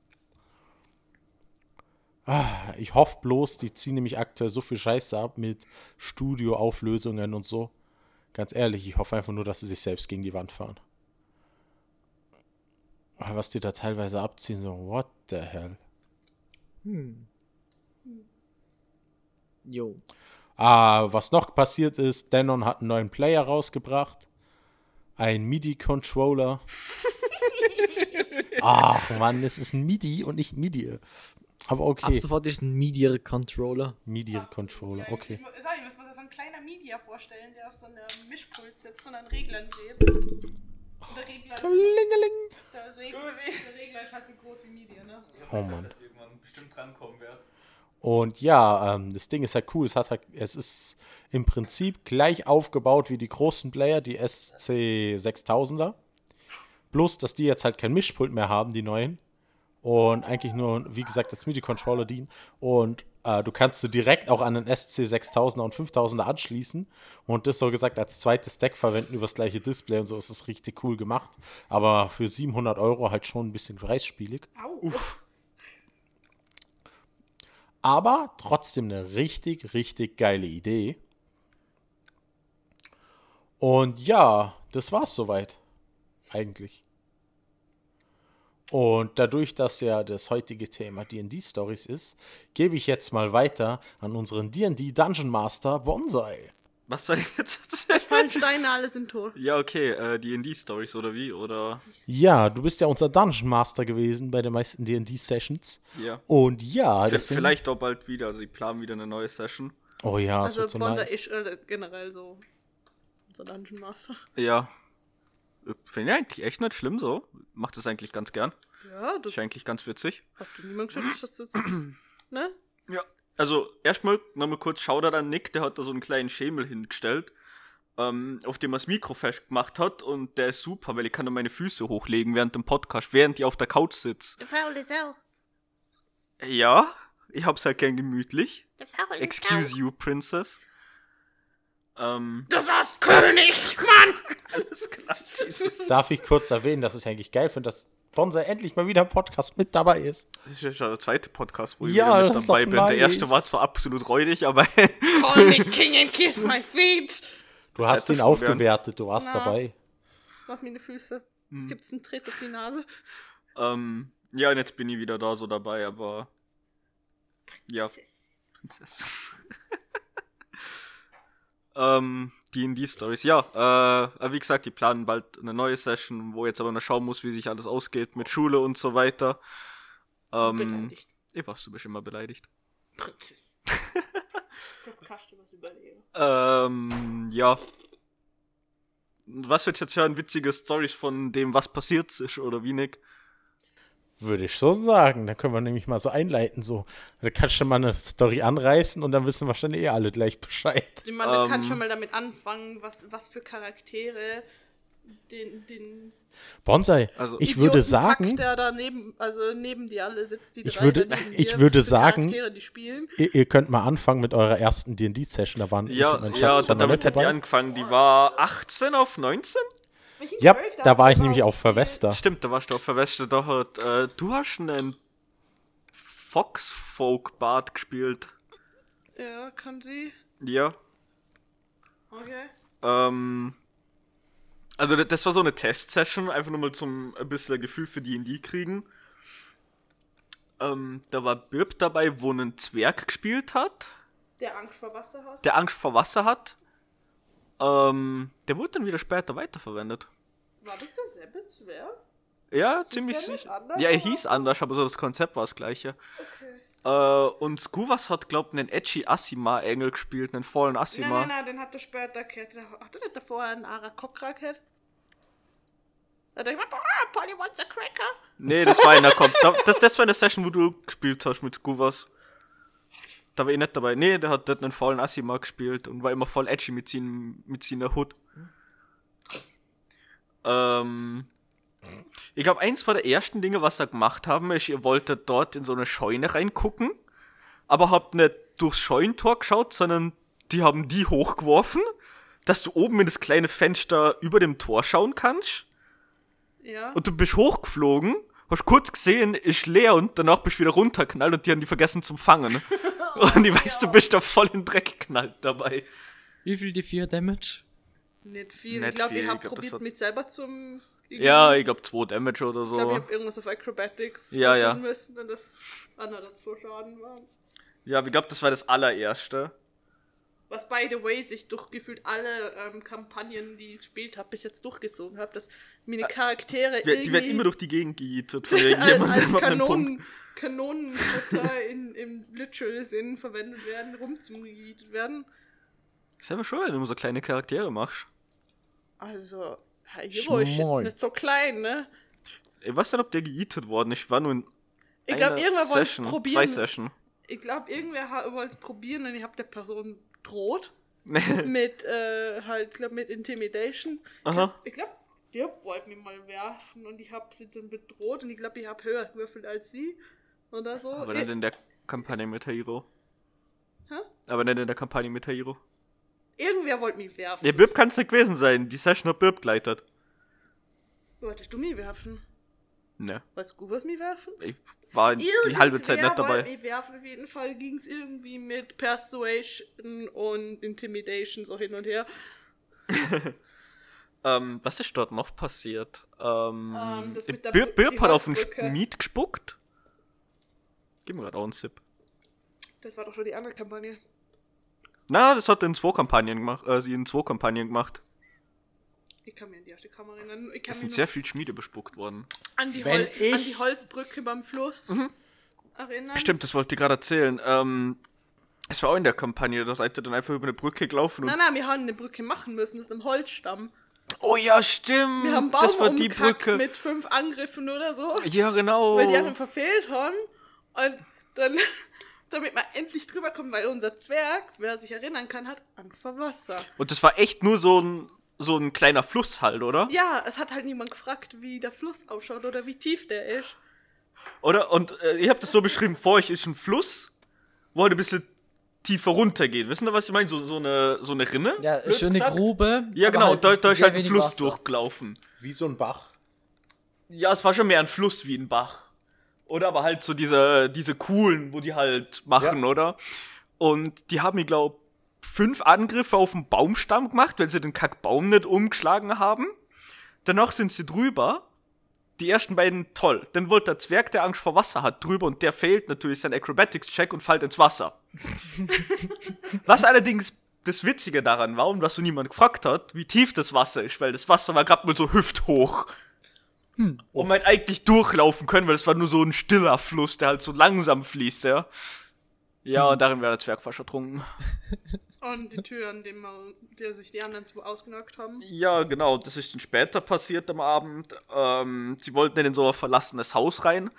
Ich hoffe bloß, die ziehen nämlich aktuell so viel Scheiße ab mit Studioauflösungen und so. Ganz ehrlich, ich hoffe einfach nur, dass sie sich selbst gegen die Wand fahren. Was die da teilweise abziehen, so, what the hell? Jo. Was noch passiert ist, Denon hat einen neuen Player rausgebracht. Ein MIDI-Controller. Ach Mann, es ist ein MIDI und nicht MIDI. Aber okay. Ab sofort ist ein Media-Controller. MIDI-Controller, okay. Ich muss mir so ein kleiner Media vorstellen, der auf so einem Mischpult sitzt und an Reglern dreht. Und der Regler, Klingeling. der Regler ist halt so groß wie Media, ne? Oh Mann. Dass irgendwann bestimmt drankommen wird. Und ja, das Ding ist halt cool. Es ist im Prinzip gleich aufgebaut wie die großen Player, die SC6000er. Bloß, dass die jetzt halt kein Mischpult mehr haben, die neuen. Und eigentlich nur, wie gesagt, als MIDI-Controller dienen. Und du kannst sie direkt auch an den SC6000er und 5000er anschließen. Und das so gesagt als zweites Deck verwenden über das gleiche Display und so. Das ist richtig cool gemacht. Aber für 700 € halt schon ein bisschen preisspielig. Au. Aber trotzdem eine richtig, richtig geile Idee. Und ja, das war's soweit. Eigentlich. Und dadurch, dass ja das heutige Thema D&D-Stories ist, gebe ich jetzt mal weiter an unseren D&D Dungeon Master Bonsai. Was soll ich jetzt Es erzählen? fallen Steine, alles in Tor. Ja, okay, D&D-Stories oder wie? Oder? Ja, du bist ja unser Dungeon Master gewesen bei den meisten D&D-Sessions. Ja. Und ja, das sind... Vielleicht auch bald wieder. Also, sie planen wieder eine neue Session. Oh ja, das Also wird so Bonser nice. ist generell so unser Dungeon Master. Ja. Finde ich eigentlich echt nicht schlimm so. Macht das eigentlich ganz gern. Ja, das Ist eigentlich ganz witzig. hat dir niemand gesagt, dass das jetzt, ne? Ja. Also, erstmal nochmal kurz Shoutout an Nick, der hat da so einen kleinen Schemel hingestellt, auf dem er das Mikro festgemacht hat. Und der ist super, weil ich kann da meine Füße hochlegen während dem Podcast, während ich auf der Couch sitze. Der faule Sau. Ja, ich hab's halt gern gemütlich. Der faule Excuse you, Princess. Das ist König, Mann! Alles klar, Jesus. Darf ich kurz erwähnen, dass ich eigentlich geil finde, dass Bonsai endlich mal wieder im Podcast mit dabei ist. Das ist ja schon der zweite Podcast, wo ich Ja, wieder das mit ist dabei doch bin. Der nice. erste war zwar absolut räudig, aber Call me king and kiss my feet. Du Das hast hätte ihn schon aufgewertet, du warst Na. dabei. Was meine Füße. Es gibt's einen Tritt auf die Nase. ja, und jetzt bin ich wieder da so dabei, aber ja. Prinzessin. D&D-Stories, ja. Wie gesagt, die planen bald eine neue Session, wo jetzt aber noch schauen muss, wie sich alles ausgeht mit Schule und so weiter. Beleidigt. Eva, du bist immer beleidigt. Prinzessin. Das kannst du was überlegen. Ja. Was wird jetzt hören? Witzige Stories von dem, was passiert ist, oder wie, Nick? Würde ich so sagen. Da können wir nämlich mal so einleiten. So. Da kannst du mal eine Story anreißen und dann wissen wahrscheinlich alle gleich Bescheid. Ich meine, du kannst schon mal damit anfangen, was für Charaktere den Bonsai, Also- ich würde sagen, Pack, der da neben dir alle sitzt, die Ich drei würde- da neben ich dir, würde was für sagen- Charaktere die spielen. ihr könnt mal anfangen mit eurer ersten D&D-Session. Da waren ich und mein Schatz zwar noch damit nicht hat die dabei. angefangen. Die war 18 auf 19? Ja, da war ich nämlich auf Verwester. Stimmt, da warst du auf Verweste. Da hat, du hast einen Fox-Folk-Bart gespielt. Ja, kann sie. Ja. Okay. Also das war so eine Test-Session, einfach nur mal zum ein bisschen Gefühl für D&D kriegen. Da war Birb dabei, wo ein Zwerg gespielt hat, Der Angst vor Wasser hat. der Angst vor Wasser hat. Der wurde dann wieder später weiterverwendet. War das derselbe Zwerg? Ja, ziemlich der nicht sicher. anders, Ja, er oder? hieß anders, aber so das Konzept war das gleiche. Okay. Und Skuvas hat, glaub ich, einen Edgy Asima-Engel gespielt, einen Fallen Asima. Nein, den hat er später gehabt. Hat er nicht davor einen Arakokra gehabt? Da denkt man, Polly wants a cracker. Nee, das war in der das war in der Session, wo du gespielt hast mit Skuvas. Da war ich nicht dabei. Nee, der hat dort einen Fallen Asima gespielt und war immer voll edgy mit seiner Hood. Ich glaube, eins war der ersten Dinge, was er gemacht haben, ist, ihr wolltet dort in so eine Scheune reingucken, aber habt nicht durchs Scheunentor geschaut, sondern die haben die hochgeworfen, dass du oben in das kleine Fenster über dem Tor schauen kannst. Ja. Und du bist hochgeflogen, hast kurz gesehen, ist leer und danach bist du wieder runtergeknallt und die haben die vergessen zum Fangen. Und ich weiß, du bist da voll in den Dreck geknallt dabei. Wie viel die 4 Damage? Nicht viel. Nicht Ich glaube, viel. ich habe Ich glaub, das probiert, hat- mich selber zum. Ja, ich glaube 2 Damage oder Ich glaube, ich so. habe irgendwas auf Acrobatics Ja, ja. würfeln müssen und das andere 2 Schaden waren. Ja, ich glaube, das war das allererste. Was, by the way, sich durchgefühlt alle Kampagnen, die ich gespielt habe, bis jetzt durchgezogen habe, dass meine Charaktere Die werden immer durch die Gegend gejietet von irgendjemandem, als der mit einem Punkt. Kanonenfutter im literal Sinn verwendet werden, rumzugejietet werden. Ist aber schon, wenn du immer so kleine Charaktere machst. Also, Hero ist jetzt Schmoll. nicht so klein, ne? Ich weiß nicht, ob der gejietet worden ist. Ich war nur in Ich glaube, einer irgendwer wollte es Session, 2 probieren. Session. Ich glaube, irgendwer wollte es probieren und ich habe der Person droht. mit, halt, glaub, mit Intimidation. Aha. Ich glaube, der wollte mich mal werfen und ich habe sie dann bedroht und ich glaube, ich habe höher gewürfelt als sie. Oder so. Aber nicht in der Kampagne mit Hero. Hä? Aber nicht in der Kampagne mit Hero. Irgendwer wollte mich werfen. Ja, Birb kann es nicht gewesen sein. Die Session hat Birb geleitet. Wolltest du mich werfen? Ne. Wolltest du was mich werfen? Ich war die halbe Zeit nicht dabei. Wollte mich werfen. Auf jeden Fall ging es irgendwie mit Persuasion und Intimidation so hin und her. Was ist dort noch passiert? das mit der Birb die hat auf den Holzbrücke. Schmied gespuckt. Gib mir gerade auch einen Sip. Das war doch schon die andere Kampagne. Na, das hat er in 2 Kampagnen gemacht. Sie in 2 Kampagnen gemacht. Ich kann mir an die erste Kamera erinnern. Ich kann Es mich sind noch sehr viele Schmiede bespuckt worden. an die, Wenn ich- an die Holzbrücke beim Fluss erinnern. Stimmt, das wollte ich gerade erzählen. Es war auch in der Kampagne, da seid ihr dann einfach über eine Brücke gelaufen und. Nein, wir haben eine Brücke machen müssen. Das ist ein Holzstamm. Oh ja, stimmt! Wir haben Baum das war die umgekackt Brücke. mit 5 Angriffen oder so. Ja, genau. Weil die anderen verfehlt haben. Und dann, damit man endlich drüber kommt, weil unser Zwerg, wer sich erinnern kann, hat Angst vor Wasser. Und das war echt nur so ein kleiner Fluss halt, oder? Ja, es hat halt niemand gefragt, wie der Fluss ausschaut oder wie tief der ist. Oder? Und ich habe das so beschrieben, vor euch ist ein Fluss, wo halt ein bisschen tiefer runter geht. Wissen Sie, was ich meine? So eine Rinne? Ja, blöd schöne gesagt. Grube. Ja, aber genau, halt da ist sehr halt ein wenig Fluss Wasser. durchgelaufen. Wie so ein Bach. Ja, es war schon mehr ein Fluss wie ein Bach. Oder aber halt so diese coolen, wo die halt machen, Ja. oder? Und die haben, ich glaube, 5 Angriffe auf den Baumstamm gemacht, weil sie den Kackbaum nicht umgeschlagen haben. Danach sind sie drüber. Die ersten beiden toll. Dann wollte der Zwerg, der Angst vor Wasser hat, drüber und der fehlt natürlich sein Acrobatics-Check und fällt ins Wasser. Was allerdings das Witzige daran war und was so niemand gefragt hat, wie tief das Wasser ist, weil das Wasser war gerade mal so hüfthoch. Und man eigentlich durchlaufen können, weil es war nur so ein stiller Fluss, der halt so langsam fließt, ja. Ja, und darin wäre der Zwerg fast ertrunken. Und die Tür, an der sich die anderen zwei ausgenockt haben. Ja, genau, das ist dann später passiert am Abend. Sie wollten in so ein verlassenes Haus rein.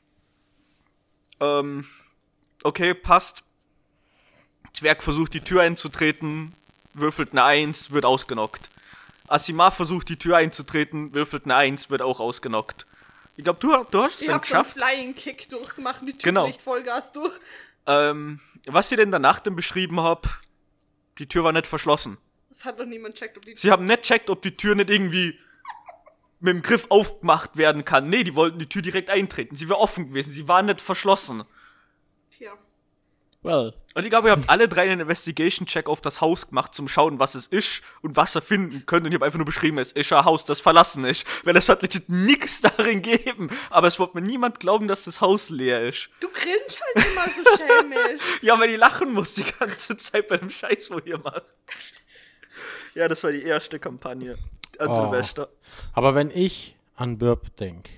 Okay, passt. Zwerg versucht die Tür einzutreten, würfelt eine 1, wird ausgenockt. Asimar versucht die Tür einzutreten, würfelt eine 1, wird auch ausgenockt. Ich glaube, du hast es Ich dann hab so einen geschafft. Flying Kick durchgemacht und die Tür Genau. bricht Vollgas durch. Was ihr denn danach dann beschrieben habt, die Tür war nicht verschlossen. Das hat noch niemand checkt, ob die Sie haben nicht checkt, ob die Tür nicht irgendwie mit dem Griff aufgemacht werden kann. Nee, die wollten die Tür direkt eintreten. Sie war offen gewesen, sie war nicht verschlossen. Tja. Well. Und ich glaube, ihr habt alle drei einen Investigation-Check auf das Haus gemacht, zum Schauen, was es ist und was ihr finden könnt. Und ich habe einfach nur beschrieben, es ist ein Haus, das verlassen ist. Weil es hat legit nichts darin gegeben. Aber es wollte mir niemand glauben, dass das Haus leer ist. Du grinst halt immer so schelmisch. Ja, weil ich lachen muss die ganze Zeit bei dem Scheiß, wo ihr macht. Ja, das war die erste Kampagne an Silvester. Aber wenn ich an Burp denke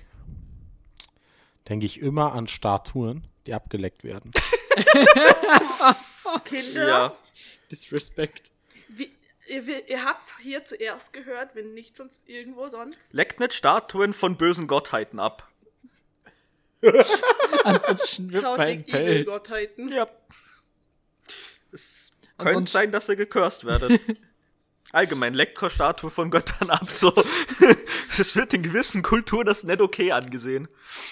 ich immer an Statuen, die abgeleckt werden. Kinder, Ja. Disrespect. ihr habt's hier zuerst gehört, wenn nicht sonst irgendwo sonst. Leckt nicht Statuen von bösen Gottheiten ab. Ansonsten wird mein Chaotic Evil Bild. Gottheiten. Ja. Es könnte Ansonsten- sein, dass ihr gecursed werdet. Allgemein leckt keine Statue von Göttern ab, so. Es wird in gewissen Kulturen das nicht okay angesehen.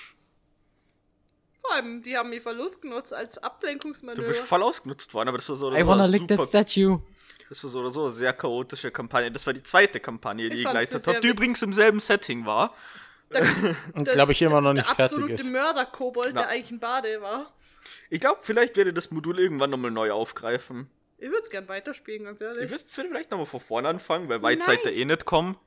Vor allem, die haben ihr Verlust genutzt als Du Ablenkungsmanöver. bist voll ausgenutzt worden, aber das war so oder I so wanna eine lick that super, statue. das war so oder so eine sehr chaotische Kampagne. Das war die zweite Kampagne, die Ich ich fand's geleitet sehr habe, die witzig. übrigens im selben Setting war. Und glaube ich immer noch nicht der fertig absolute ist. Mörder-Kobold, Na. der eigentlich ein Bade war. Ich glaube, vielleicht werde ich das Modul irgendwann nochmal neu aufgreifen. Ich würde es gern weiterspielen, ganz Ich ehrlich. würde vielleicht nochmal von vorne anfangen, weil weit seid ihr eh nicht kommen.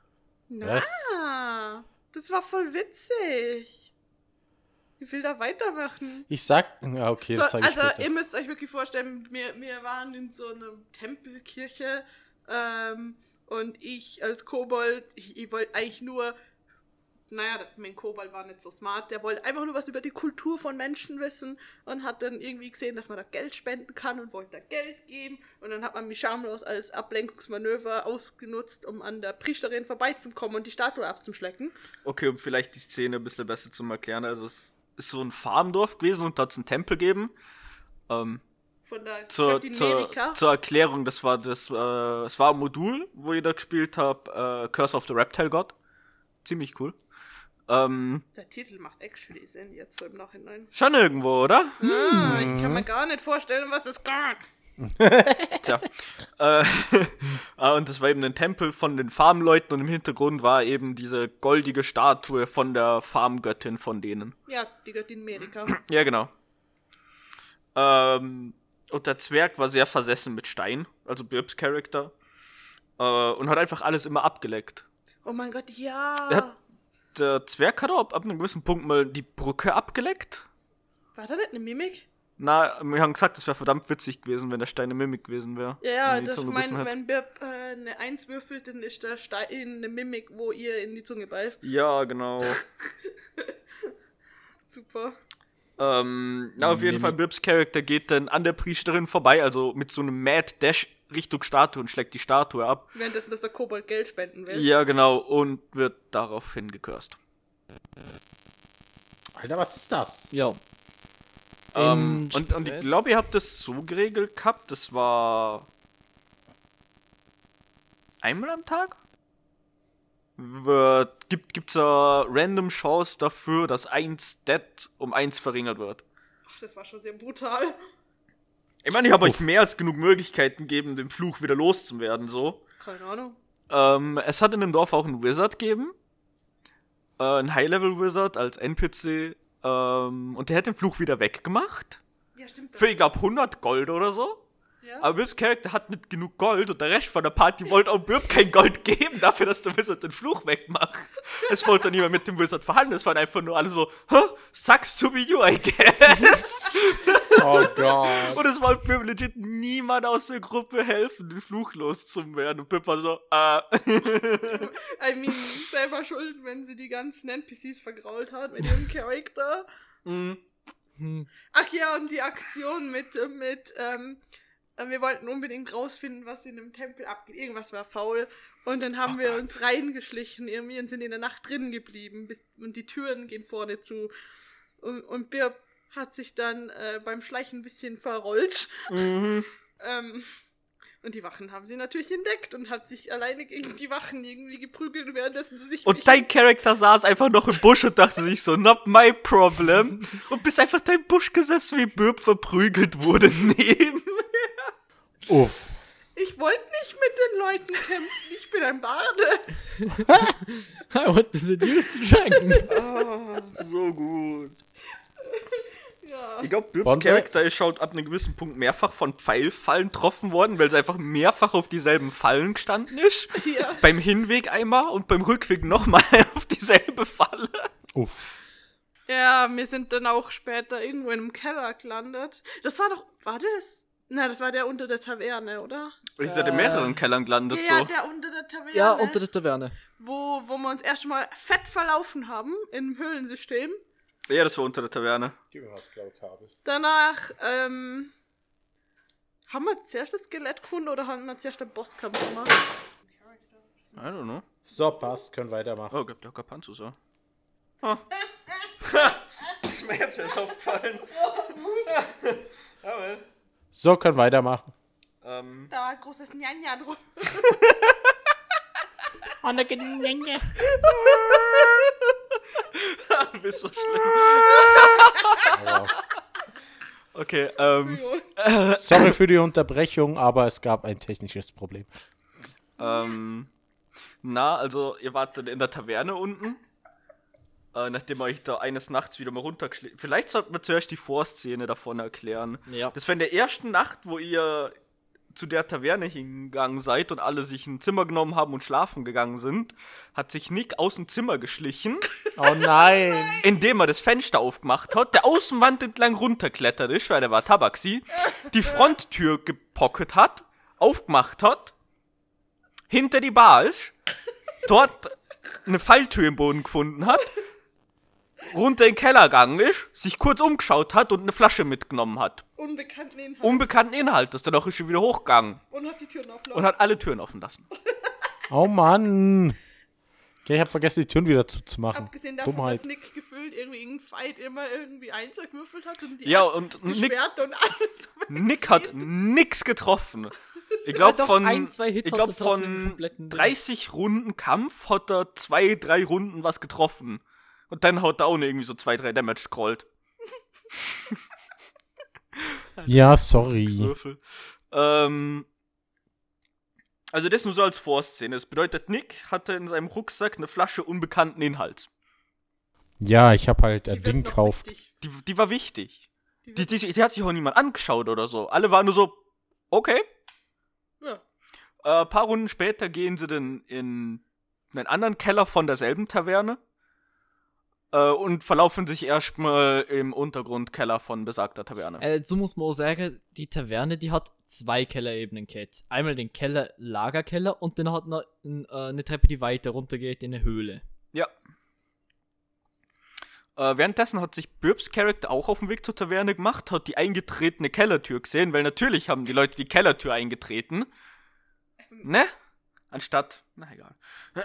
Na, das war voll witzig. Ich will da weitermachen. Ich sag, ja okay, das So, sage ich also, später. ihr müsst euch wirklich vorstellen, wir waren in so einer Tempelkirche und ich als Kobold, ich wollte eigentlich nur, mein Kobold war nicht so smart, der wollte einfach nur was über die Kultur von Menschen wissen und hat dann irgendwie gesehen, dass man da Geld spenden kann und wollte da Geld geben und dann hat man mich schamlos als Ablenkungsmanöver ausgenutzt, um an der Priesterin vorbeizukommen und die Statue abzuschlecken. Okay, um vielleicht die Szene ein bisschen besser zu erklären. Also es ist so ein Farmdorf gewesen und da hat es einen Tempel gegeben. Von der Zur Göttin Nerika. Erklärung, es war ein Modul, wo ich da gespielt habe, Curse of the Reptile God. Ziemlich cool. Der Titel macht actually Sinn jetzt so im Nachhinein. Schon irgendwo, oder? Ich kann mir gar nicht vorstellen, was es gab. Tja. Und das war eben ein Tempel von den Farmleuten und im Hintergrund war eben diese goldige Statue von der Farmgöttin von denen. Ja, die Göttin Nerika. Ja, genau. Und der Zwerg war sehr versessen mit Stein, also Birbs Charakter, und hat einfach alles immer abgeleckt. Oh mein Gott, ja. Der Zwerg hat auch ab einem gewissen Punkt mal die Brücke abgeleckt. War da nicht eine Mimik? Na, wir haben gesagt, es wäre verdammt witzig gewesen, wenn der Stein eine Mimik gewesen wäre. Ja, Wenn die das Zunge gemeint, gebissen hätte. wenn Birb eine 1 würfelt, dann ist der Stein eine Mimik, wo ihr in die Zunge beißt. Ja, genau. Super. Auf jeden Fall, Birbs Charakter geht dann an der Priesterin vorbei, also mit so einem Mad Dash Richtung Statue und schlägt die Statue ab. Währenddessen, dass der Kobold Geld spenden will. Ja, genau, und wird daraufhin gekürzt. Alter, was ist das? Ja. Und ich glaube, ihr habt das so geregelt gehabt, das war einmal am Tag? Gibt's eine random Chance dafür, dass ein Stat um 1 verringert wird? Ach, das war schon sehr brutal. Ich meine, ich habe euch mehr als genug Möglichkeiten gegeben, den Fluch wieder loszuwerden, so. Keine Ahnung. Es hat in dem Dorf auch einen Wizard gegeben. Ein High-Level-Wizard als NPC. Und der hat den Fluch wieder weggemacht. Ja, stimmt. Für, ich glaube, 100 Gold oder so. Ja? Aber Birbs Charakter hat nicht genug Gold und der Rest von der Party wollte auch Birb kein Gold geben, dafür, dass der Wizard den Fluch wegmacht. Es wollte niemand mit dem Wizard verhandeln, es waren einfach nur alle so, sucks to be you, I guess. Oh Gott. Und es wollte Birb legit niemand aus der Gruppe helfen, den Fluch loszuwerden. Und Birb war so, I mean, selber schuld, wenn sie die ganzen NPCs vergrault hat mit ihrem Charakter. Ach ja, und die Aktion mit Wir wollten unbedingt rausfinden, was in dem Tempel abgeht. Irgendwas war faul. Und dann haben wir uns reingeschlichen irgendwie und sind in der Nacht drin geblieben. Und die Türen gehen vorne zu. Und Birb hat sich dann beim Schleichen ein bisschen verrollt. Und die Wachen haben sie natürlich entdeckt und hat sich alleine gegen die Wachen irgendwie geprügelt, währenddessen sie sich... Und dein Charakter saß einfach noch im Busch und dachte sich so, not my problem. Und bist einfach da im Busch gesessen, wie Birb verprügelt wurde neben. Uff. Ich wollte nicht mit den Leuten kämpfen, ich bin ein Barde. I want to seduce the dragon. So gut. Ja. Ich glaube, Birbs Bonsai? Charakter ist schon ab einem gewissen Punkt mehrfach von Pfeilfallen getroffen worden, weil es einfach mehrfach auf dieselben Fallen gestanden ist. Ja. Beim Hinweg einmal und beim Rückweg nochmal auf dieselbe Falle. Uff. Ja, wir sind dann auch später irgendwo in einem Keller gelandet. Das war doch, war das? Na, das war der unter der Taverne, oder? Ich seid in mehreren Kellern gelandet Ja, so. der unter der Taverne. Ja, unter der Taverne. Wo wir uns erst mal fett verlaufen haben im Höhlensystem. Ja, das war unter der Taverne. Gib mir das blaue Kabel. Danach, haben wir zuerst das Skelett gefunden oder haben wir zuerst den Bosskampf gemacht? I don't know. So, passt, können weitermachen. Oh, gibt ja kein Panzer so. Oh. Ist mir jetzt erst aufgefallen. Ja, well. So, können weitermachen. Da war ein großes Njanja drauf. Du bist so schlimm. Okay, Sorry für die Unterbrechung, aber es gab ein technisches Problem. also ihr wart dann in der Taverne unten, nachdem ihr euch da eines Nachts wieder mal runtergeschlichen. Vielleicht sollten wir zuerst die Vorszene davon erklären. Ja. Das war in der ersten Nacht, wo ihr zu der Taverne hingegangen seid und alle sich ein Zimmer genommen haben und schlafen gegangen sind, hat sich Nick aus dem Zimmer geschlichen, Oh nein! indem er das Fenster aufgemacht hat, der Außenwand entlang runterklettert ist, weil der war Tabaxi, die Fronttür gepocket hat, aufgemacht hat, hinter die Bar ist, dort eine Falltür im Boden gefunden hat, runter in den Keller gegangen ist, sich kurz umgeschaut hat und eine Flasche mitgenommen hat. Unbekannten Inhalt. Unbekannten Inhaltes, danach ist er wieder hochgegangen Und hat die Türen offen. und hat alle Türen offen lassen. Oh Mann! Okay, ich hab vergessen, die Türen wieder zuzumachen. Abgesehen davon, Dummheit. dass Nick gefühlt irgendwie in Fight immer irgendwie Einser gewürfelt hat und die Ja, und Nick, Schwert und alles. Nick hat nix getroffen. Ich Ja, glaube, doch, von, ein, zwei Hits ich hat glaub, er getroffen im von kompletten Ding. 30 Runden Kampf hat er 2-3 Runden was getroffen. Und dann hat er auch noch irgendwie so 2-3 Damage scrollt. Ja, sorry. Würfel. Also das nur so als Vorszene. Das bedeutet, Nick hatte in seinem Rucksack eine Flasche unbekannten Inhalts. Ja, ich hab halt Die ein wird Ding noch gekauft. wichtig. Die war wichtig. Die Die, wird- die hat sich auch niemand angeschaut oder so. Alle waren nur so, okay. Ja. Ein paar Runden später gehen sie dann in einen anderen Keller von derselben Taverne und verlaufen sich erstmal im Untergrundkeller von besagter Taverne. Dazu muss man auch sagen, die Taverne, die hat 2 Kellerebenen gehabt. Einmal den Keller, Lagerkeller und dann hat noch eine Treppe, die weiter runtergeht in eine Höhle. Ja. Währenddessen hat sich Birbs Charakter auch auf den Weg zur Taverne gemacht, hat die eingetretene Kellertür gesehen, weil natürlich haben die Leute die Kellertür eingetreten. Ne? Anstatt, na egal.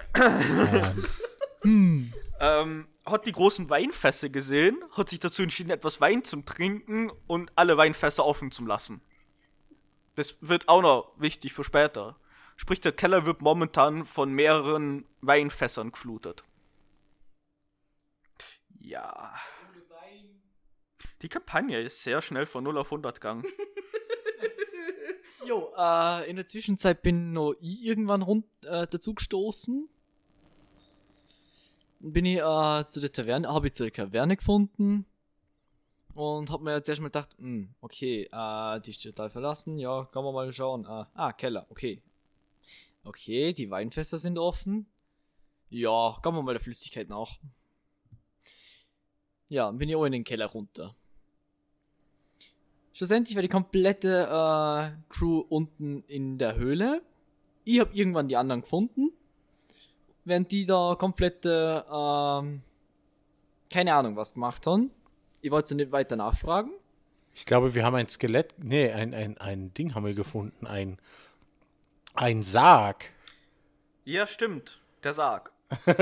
Hat die großen Weinfässer gesehen, hat sich dazu entschieden, etwas Wein zum Trinken und alle Weinfässer offen zu lassen. Das wird auch noch wichtig für später. Sprich, der Keller wird momentan von mehreren Weinfässern geflutet. Ja. Die Kampagne ist sehr schnell von 0 auf 100 gegangen. Jo, in der Zwischenzeit bin noch ich irgendwann dazu gestoßen. Bin ich zu der Taverne, habe ich zur Taverne gefunden und habe mir jetzt erstmal gedacht, okay, die ist total verlassen, ja, kann man mal schauen. Keller, okay. Okay, die Weinfässer sind offen. Ja, kann man mal der Flüssigkeit nach. Ja, bin ich auch in den Keller runter. Schlussendlich war die komplette Crew unten in der Höhle. Ich habe irgendwann die anderen gefunden. Während die da komplett, keine Ahnung was gemacht haben. Ich wollte sie nicht weiter nachfragen. Ich glaube, wir haben ein Skelett. Nee, ein Ding haben wir gefunden. Ein Sarg. Ja, stimmt. Der Sarg.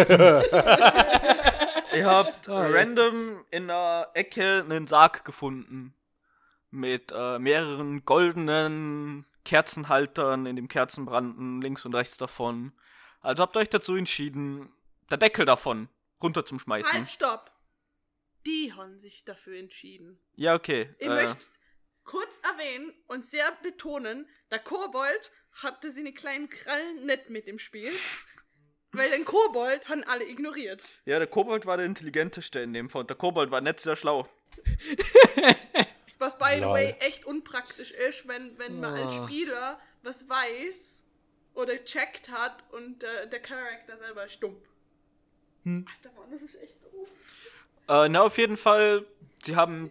Ihr habt random in der Ecke einen Sarg gefunden. Mit mehreren goldenen Kerzenhaltern in dem Kerzenbranden links und rechts davon. Also habt ihr euch dazu entschieden, der Deckel davon runter zum Schmeißen. Halt, stopp! Die haben sich dafür entschieden. Ja, okay. Ich möchte kurz erwähnen und sehr betonen, der Kobold hatte seine kleinen Krallen nicht mit im Spiel. Weil den Kobold haben alle ignoriert. Ja, der Kobold war der intelligenteste in dem Fall. Der Kobold war nicht sehr schlau. Was, by the Lol. way, echt unpraktisch ist, wenn man als Spieler was weiß oder checkt hat und der Charakter selber ist dumm. Alter Mann, das ist echt doof. Auf jeden Fall, sie haben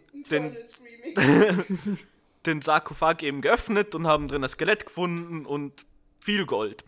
den Sarkophag eben geöffnet und haben drin das Skelett gefunden und viel Gold.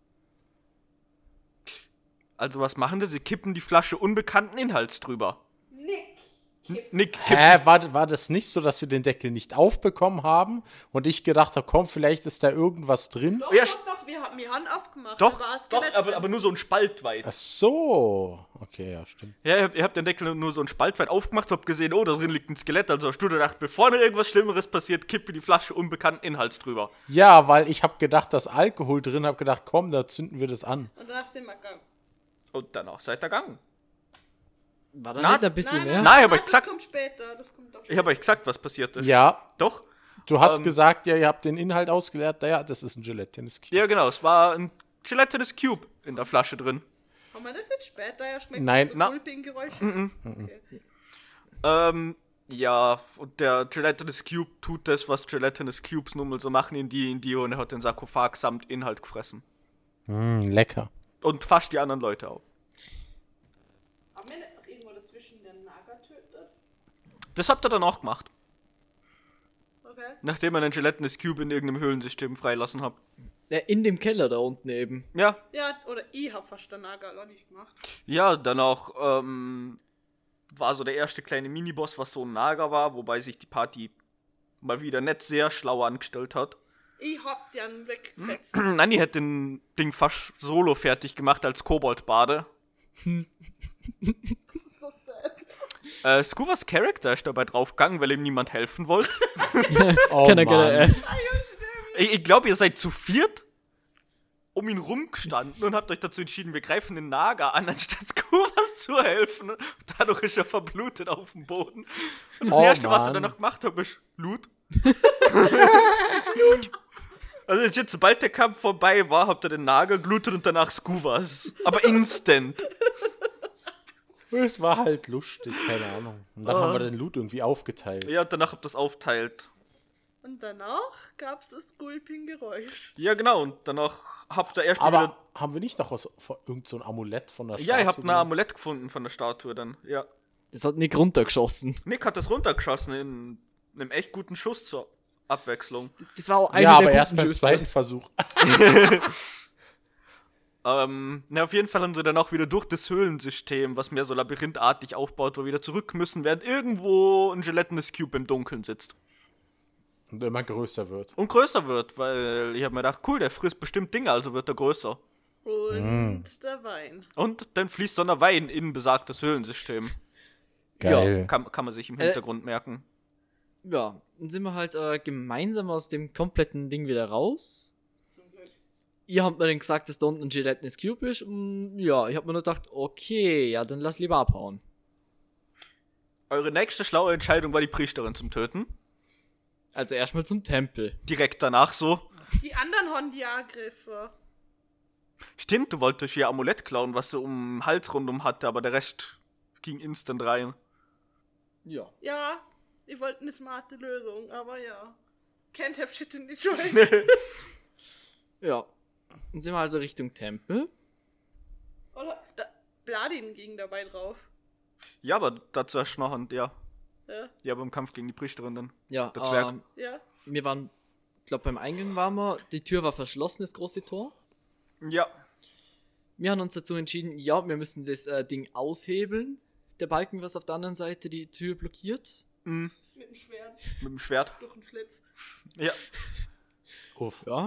Also was machen sie? Sie kippen die Flasche unbekannten Inhalts drüber. Nick kippt Hä, war das nicht so, dass wir den Deckel nicht aufbekommen haben und ich gedacht habe, komm, vielleicht ist da irgendwas drin? Doch, Ja, doch, wir haben die Hand aufgemacht. Doch, da war das doch, Skelett aber drin. nur so ein Spalt weit. Ach so. Okay, ja, stimmt. Ja, ihr habt den Deckel nur so ein Spalt weit aufgemacht, habt gesehen, oh, da drin liegt ein Skelett. Also hast du gedacht, bevor noch irgendwas Schlimmeres passiert, kippe die Flasche unbekannten Inhalts drüber. Ja, weil ich habe gedacht, da ist Alkohol drin, habe gedacht, komm, da zünden wir das an. Und danach sind wir gegangen. Und danach seid ihr gegangen. War da Na, nicht ein bisschen mehr? Nein, aber ich das gesagt- kommt später. Das kommt doch Ich später. habe euch gesagt, was passiert ist. Ja, Doch? du hast gesagt, ja, ihr habt den Inhalt ausgeleert. Ja, das ist ein Gelatinous Cube. Ja, genau. Es war ein Gelatinous Cube in der Flasche drin. Haben wir das jetzt später? Ja, schmeckt Nein. so Na. Gulping-Geräusche. Okay. Ja, und der Gelatinous Cube tut das, was Gelatinous Cubes nun mal so machen in D&D, und er hat den Sarkophag samt Inhalt gefressen. Lecker. Und fast die anderen Leute auch. Haben wir nicht noch irgendwo dazwischen den Nager tötet? Das habt ihr dann auch gemacht. Okay. Nachdem ihr den Gelatinous Cube in irgendeinem Höhlensystem freilassen habt. Ja, in dem Keller da unten eben. Ja, Ja, oder ich hab fast den Nager noch nicht gemacht. ja, dann auch war so der erste kleine Miniboss, was so ein Nager war, wobei sich die Party mal wieder nicht sehr schlau angestellt hat. Ich hab den weggefetzt. Nanni hat den Ding fast solo fertig gemacht als Koboldbade. Das ist so sad. Scuvas Charakter ist dabei draufgegangen, weil ihm niemand helfen wollte. Oh, Kann er gerne Mann. Ich glaube, ihr seid zu viert um ihn rumgestanden und habt euch dazu entschieden, wir greifen den Nager an, anstatt Scuvas zu helfen. Und dadurch ist er verblutet auf dem Boden. Und das Oh, Erste, was er Mann. dann noch gemacht hat, ist Loot. Also jetzt, sobald der Kampf vorbei war, habt ihr den Nager gelootet und danach Scuvas. Aber instant. Es war halt lustig, keine Ahnung. Und dann haben wir den Loot irgendwie aufgeteilt. Ja, und danach habt ihr das aufteilt. Und danach gab's das Gulping-Geräusch. Ja, genau. Und danach habt ihr erstmal Aber haben wir nicht noch irgend so ein Amulett von der Statue? Ja, ihr habt ein genommen? Amulett gefunden von der Statue dann. Ja. Das hat Nick runtergeschossen. Nick hat das runtergeschossen in einem echt guten Schuss zur Abwechslung. Das war auch einer Ja, der aber guten erst beim Schüsse. zweiten Versuch. Auf jeden Fall haben sie dann auch wieder durch das Höhlensystem, was mehr so labyrinthartig aufbaut, wo wir wieder zurück müssen, während irgendwo ein Gelatinous Cube im Dunkeln sitzt. Und immer größer wird. Und größer wird, weil ich habe mir gedacht, cool, der frisst bestimmt Dinge, also wird er größer. Und der Wein. Und dann fließt so ein Wein in besagtes Höhlensystem. Geil. Kann man sich im Hintergrund merken. Ja, dann sind wir halt gemeinsam aus dem kompletten Ding wieder raus. Ihr habt mir dann gesagt, dass da unten ein Gelatinous Cube ist. Und ja, ich hab mir nur gedacht, okay, ja, dann lass lieber abhauen. Eure nächste schlaue Entscheidung war, die Priesterin zum Töten. Also erstmal zum Tempel. Direkt danach so. Die anderen haben die angegriffen. Stimmt, du wolltest ihr Amulett klauen, was sie um den Hals rundum hatte, aber der Rest ging instant rein. Ja. Ja, ich wollte eine smarte Lösung, aber ja. Can't have shit in Detroit. Ja. Dann sind wir also Richtung Tempel. Oder Bladin ging dabei drauf. Ja, aber dazu hast du noch ein, ja. Ja. Ja, beim Kampf gegen die Priesterin dann. Ja, Der Zwerg. Ja. wir waren, glaube beim Eingang waren wir, die Tür war verschlossen, das große Tor. Ja. Wir haben uns dazu entschieden, ja, wir müssen das Ding aushebeln. Der Balken, was auf der anderen Seite die Tür blockiert. Mhm. Mit dem Schwert. Mit dem Schwert. Durch den Schlitz. Ja. Uff. Ja.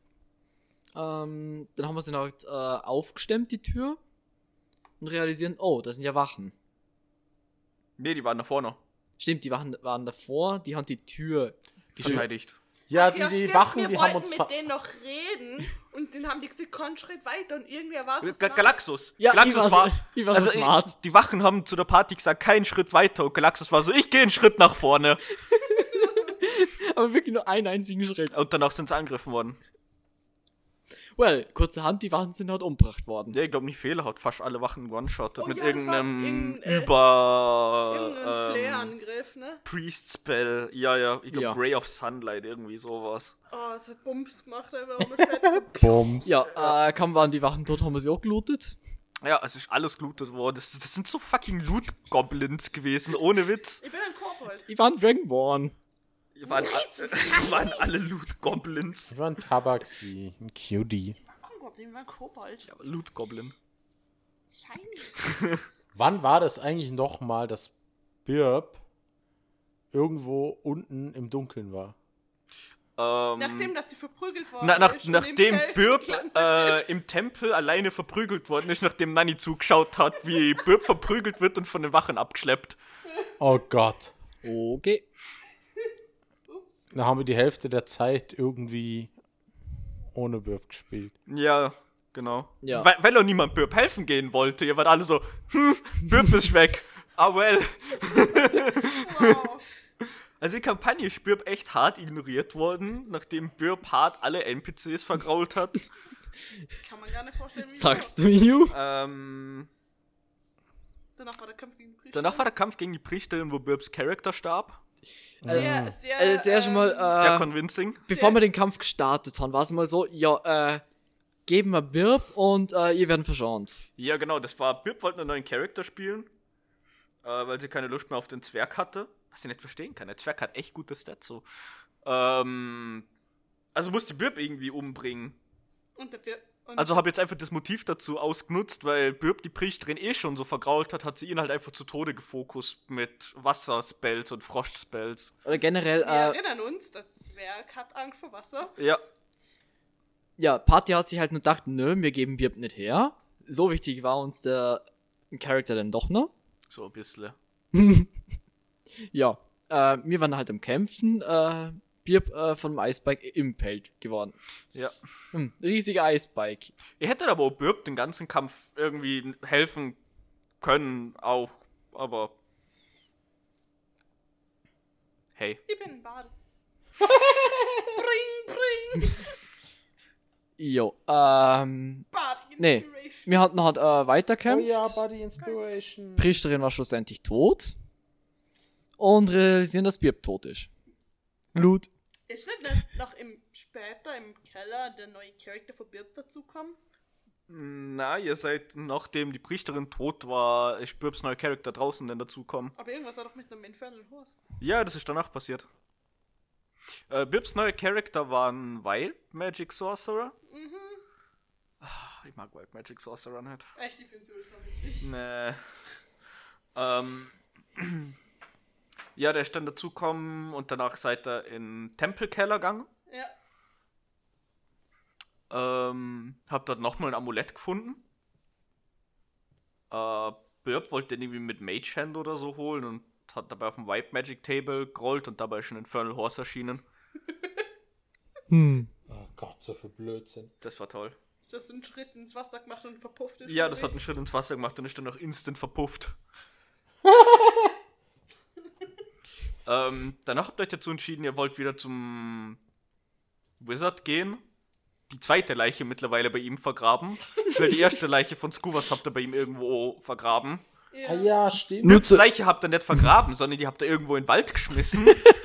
Dann haben wir sie halt aufgestemmt, die Tür. Und realisieren, oh, da sind ja Wachen. Nee, die waren da vorne. Stimmt, die waren davor, die haben die Tür Verteidigt. Ja, Ja, die stimmt, Wachen, wir die haben wollten uns mit denen noch reden und dann haben die gesagt, komm einen Schritt weiter und irgendwer war so smart. Galaxus. Ja, Galaxus war ich war so also, smart. Die Wachen haben zu der Party gesagt, keinen Schritt weiter. Und Galaxus war so, ich gehe einen Schritt nach vorne. Aber wirklich nur einen einzigen Schritt. Und danach sind sie angegriffen worden. Well, kurzerhand, die Wachen sind halt umgebracht worden. Der, ich glaube nicht Fehler hat fast alle Wachen one-shottet Oh mit ja, das war irgendeinem irgendein Flare-Angriff, ne? Priest-Spell. Ja, ich glaube Ja. Ray of Sunlight, irgendwie sowas. Oh, es hat Bums gemacht, einfach ohne Fett. Bums. Ja, kaum waren die Wachen tot, haben wir sie auch gelootet. Ja, es ist alles gelootet worden. Das sind so fucking Loot-Goblins gewesen, ohne Witz. Ich bin ein Kobold. Die waren Dragonborn. Die waren alle Loot-Goblins. Das war ein Tabaxi, ein Cutie. Kobold, ich bin ein Kobold. Ja, Loot-Goblin. Shiny. Wann war das eigentlich noch mal, dass Birb irgendwo unten im Dunkeln war? Nachdem, dass sie verprügelt worden ist. und Nachdem im Keller Birb gelandet ist. im Tempel alleine verprügelt worden ist, nachdem Nanny zugeschaut hat, wie Birb verprügelt wird und von den Wachen abgeschleppt. Oh Gott. Okay. Da haben wir die Hälfte der Zeit irgendwie ohne Birb gespielt. Ja, genau. Ja. Weil auch niemand Birb helfen gehen wollte. Ihr wart alle so, Birb ist weg. Ah, well. Wow. Also die Kampagne ist Birb echt hart ignoriert worden, nachdem Birb hart alle NPCs vergrault hat. Kann man gar nicht vorstellen, wie Sagst du, you? Ähm, Danach war der Kampf gegen die Priester. danach war der Kampf gegen die Priesterin, wo Birbs Charakter starb. Sehr, sehr. Also zuerst mal, Sehr convincing. bevor wir den Kampf gestartet haben, war es mal so, ja, geben wir Birb und ihr werden verschont. Ja, genau, das war, Birb wollte einen neuen Charakter spielen, weil sie keine Lust mehr auf den Zwerg hatte. Was ich nicht verstehen kann. Der Zwerg hat echt gute Stats so. Also musste Birb irgendwie umbringen. Und der und Also habe jetzt einfach das Motiv dazu ausgenutzt, weil Birb die Priesterin eh schon so vergrault hat, hat sie ihn halt einfach zu Tode gefokust mit Wasserspells und Froschspells. Oder generell, wir erinnern uns, der Zwerg hat Angst vor Wasser. Ja, ja, Party hat sich halt nur gedacht, nö, wir geben Birb nicht her. So wichtig war uns der Charakter dann doch noch. so ein bisschen. Ja, wir waren halt am Kämpfen, Birb von dem Icebike impaled geworden. Ja. Riesiger Icebike. Ihr hättet aber auch Birb den ganzen Kampf irgendwie helfen können, auch, aber. Hey. Ich bin ein Bade. bring. Jo, Bade nee, Inspiration. wir hatten halt weiterkämpft. Buddy Inspiration. Priesterin war schlussendlich tot. Und realisieren, dass Birb tot ist. Blut. Ist nicht noch später im Keller der neue Charakter von Birb dazukommen? Na, ihr seid, nachdem die Priesterin tot war, ist Birbs neuer Charakter draußen denn dazukommen. Aber irgendwas war doch mit einem Infernal Horse. Ja, das ist danach passiert. Birbs neuer Charakter war ein Wild Magic Sorcerer. Ich mag Wild Magic Sorcerer nicht. Echt, ich finde es ultra witzig. Nee. Ja, der ist dann dazukommen und danach seid ihr in den Tempelkeller gegangen. Ja. Hab dort nochmal ein Amulett gefunden. Birb wollte den irgendwie mit Mage Hand oder so holen und hat dabei auf dem Wild Magic Table gerollt und dabei ist schon Infernal Horse erschienen. Oh Gott, so viel Blödsinn. Das war toll. Das ist einen Schritt ins Wasser gemacht und verpufft ist. Ja, das hat einen Schritt ins Wasser gemacht und ist dann noch instant verpufft. Danach habt ihr euch dazu entschieden, ihr wollt wieder zum Wizard gehen. Die zweite Leiche mittlerweile bei ihm vergraben. Weil die erste Leiche von Skuvas habt ihr bei ihm irgendwo vergraben. Ja. Ah ja, stimmt. Nur Die Leiche habt ihr nicht vergraben, sondern die habt ihr irgendwo in den Wald geschmissen.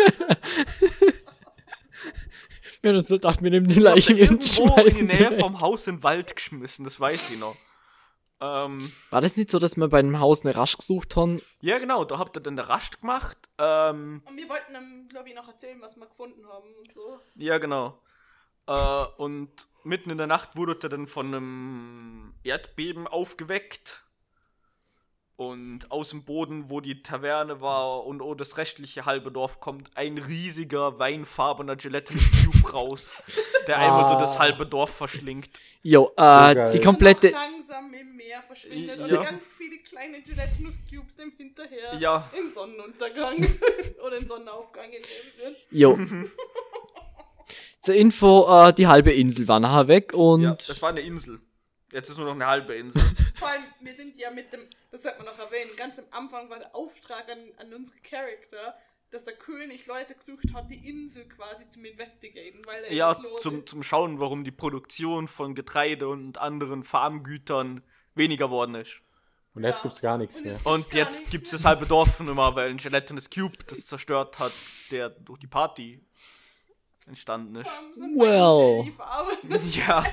Wir haben uns so gedacht, wir nehmen die Habt Leiche ihr mit und irgendwo in die schmeißen sie Nähe weg. vom Haus in den Wald geschmissen, das weiß ich noch. War das nicht so, dass wir bei einem Haus eine Rasch gesucht haben? Ja genau, da habt ihr dann der Rast gemacht. Und wir wollten dann, glaube ich, noch erzählen, was wir gefunden haben und so. Ja, genau. Und mitten in der Nacht wurdet er dann von einem Erdbeben aufgeweckt. Und aus dem Boden, wo die Taverne war und das restliche halbe Dorf, kommt ein riesiger, weinfarbener Gelatinous Cube raus, der einmal so das halbe Dorf verschlingt. Jo, geil. die Und komplette. noch langsam im Meer verschwindet und Ja. ganz viele kleine Gelatinous Cubes dem hinterher Ja. in Sonnenuntergang oder in Sonnenaufgang in dem Sinn. Jo. Zur Info, die halbe Insel war nachher weg und. Ja, das war eine Insel. Jetzt ist nur noch eine halbe Insel. Vor allem, wir sind ja mit dem, das sollte man noch erwähnen, ganz am Anfang war der Auftrag an unsere Charakter, dass der König Leute gesucht hat, die Insel quasi zum Investigaten, weil da Ja, irgendwas los ist. zum Schauen, warum die Produktion von Getreide und anderen Farmgütern weniger worden ist. Und jetzt Ja. gibt's gar nichts Und mehr. jetzt- Und gar jetzt nichts gibt es mehr. das halbe Dorf nur mal, weil ein Gelatinous Cube das zerstört hat, der durch die Party entstanden ist. So ein Well. Jellyfarbe. Ja,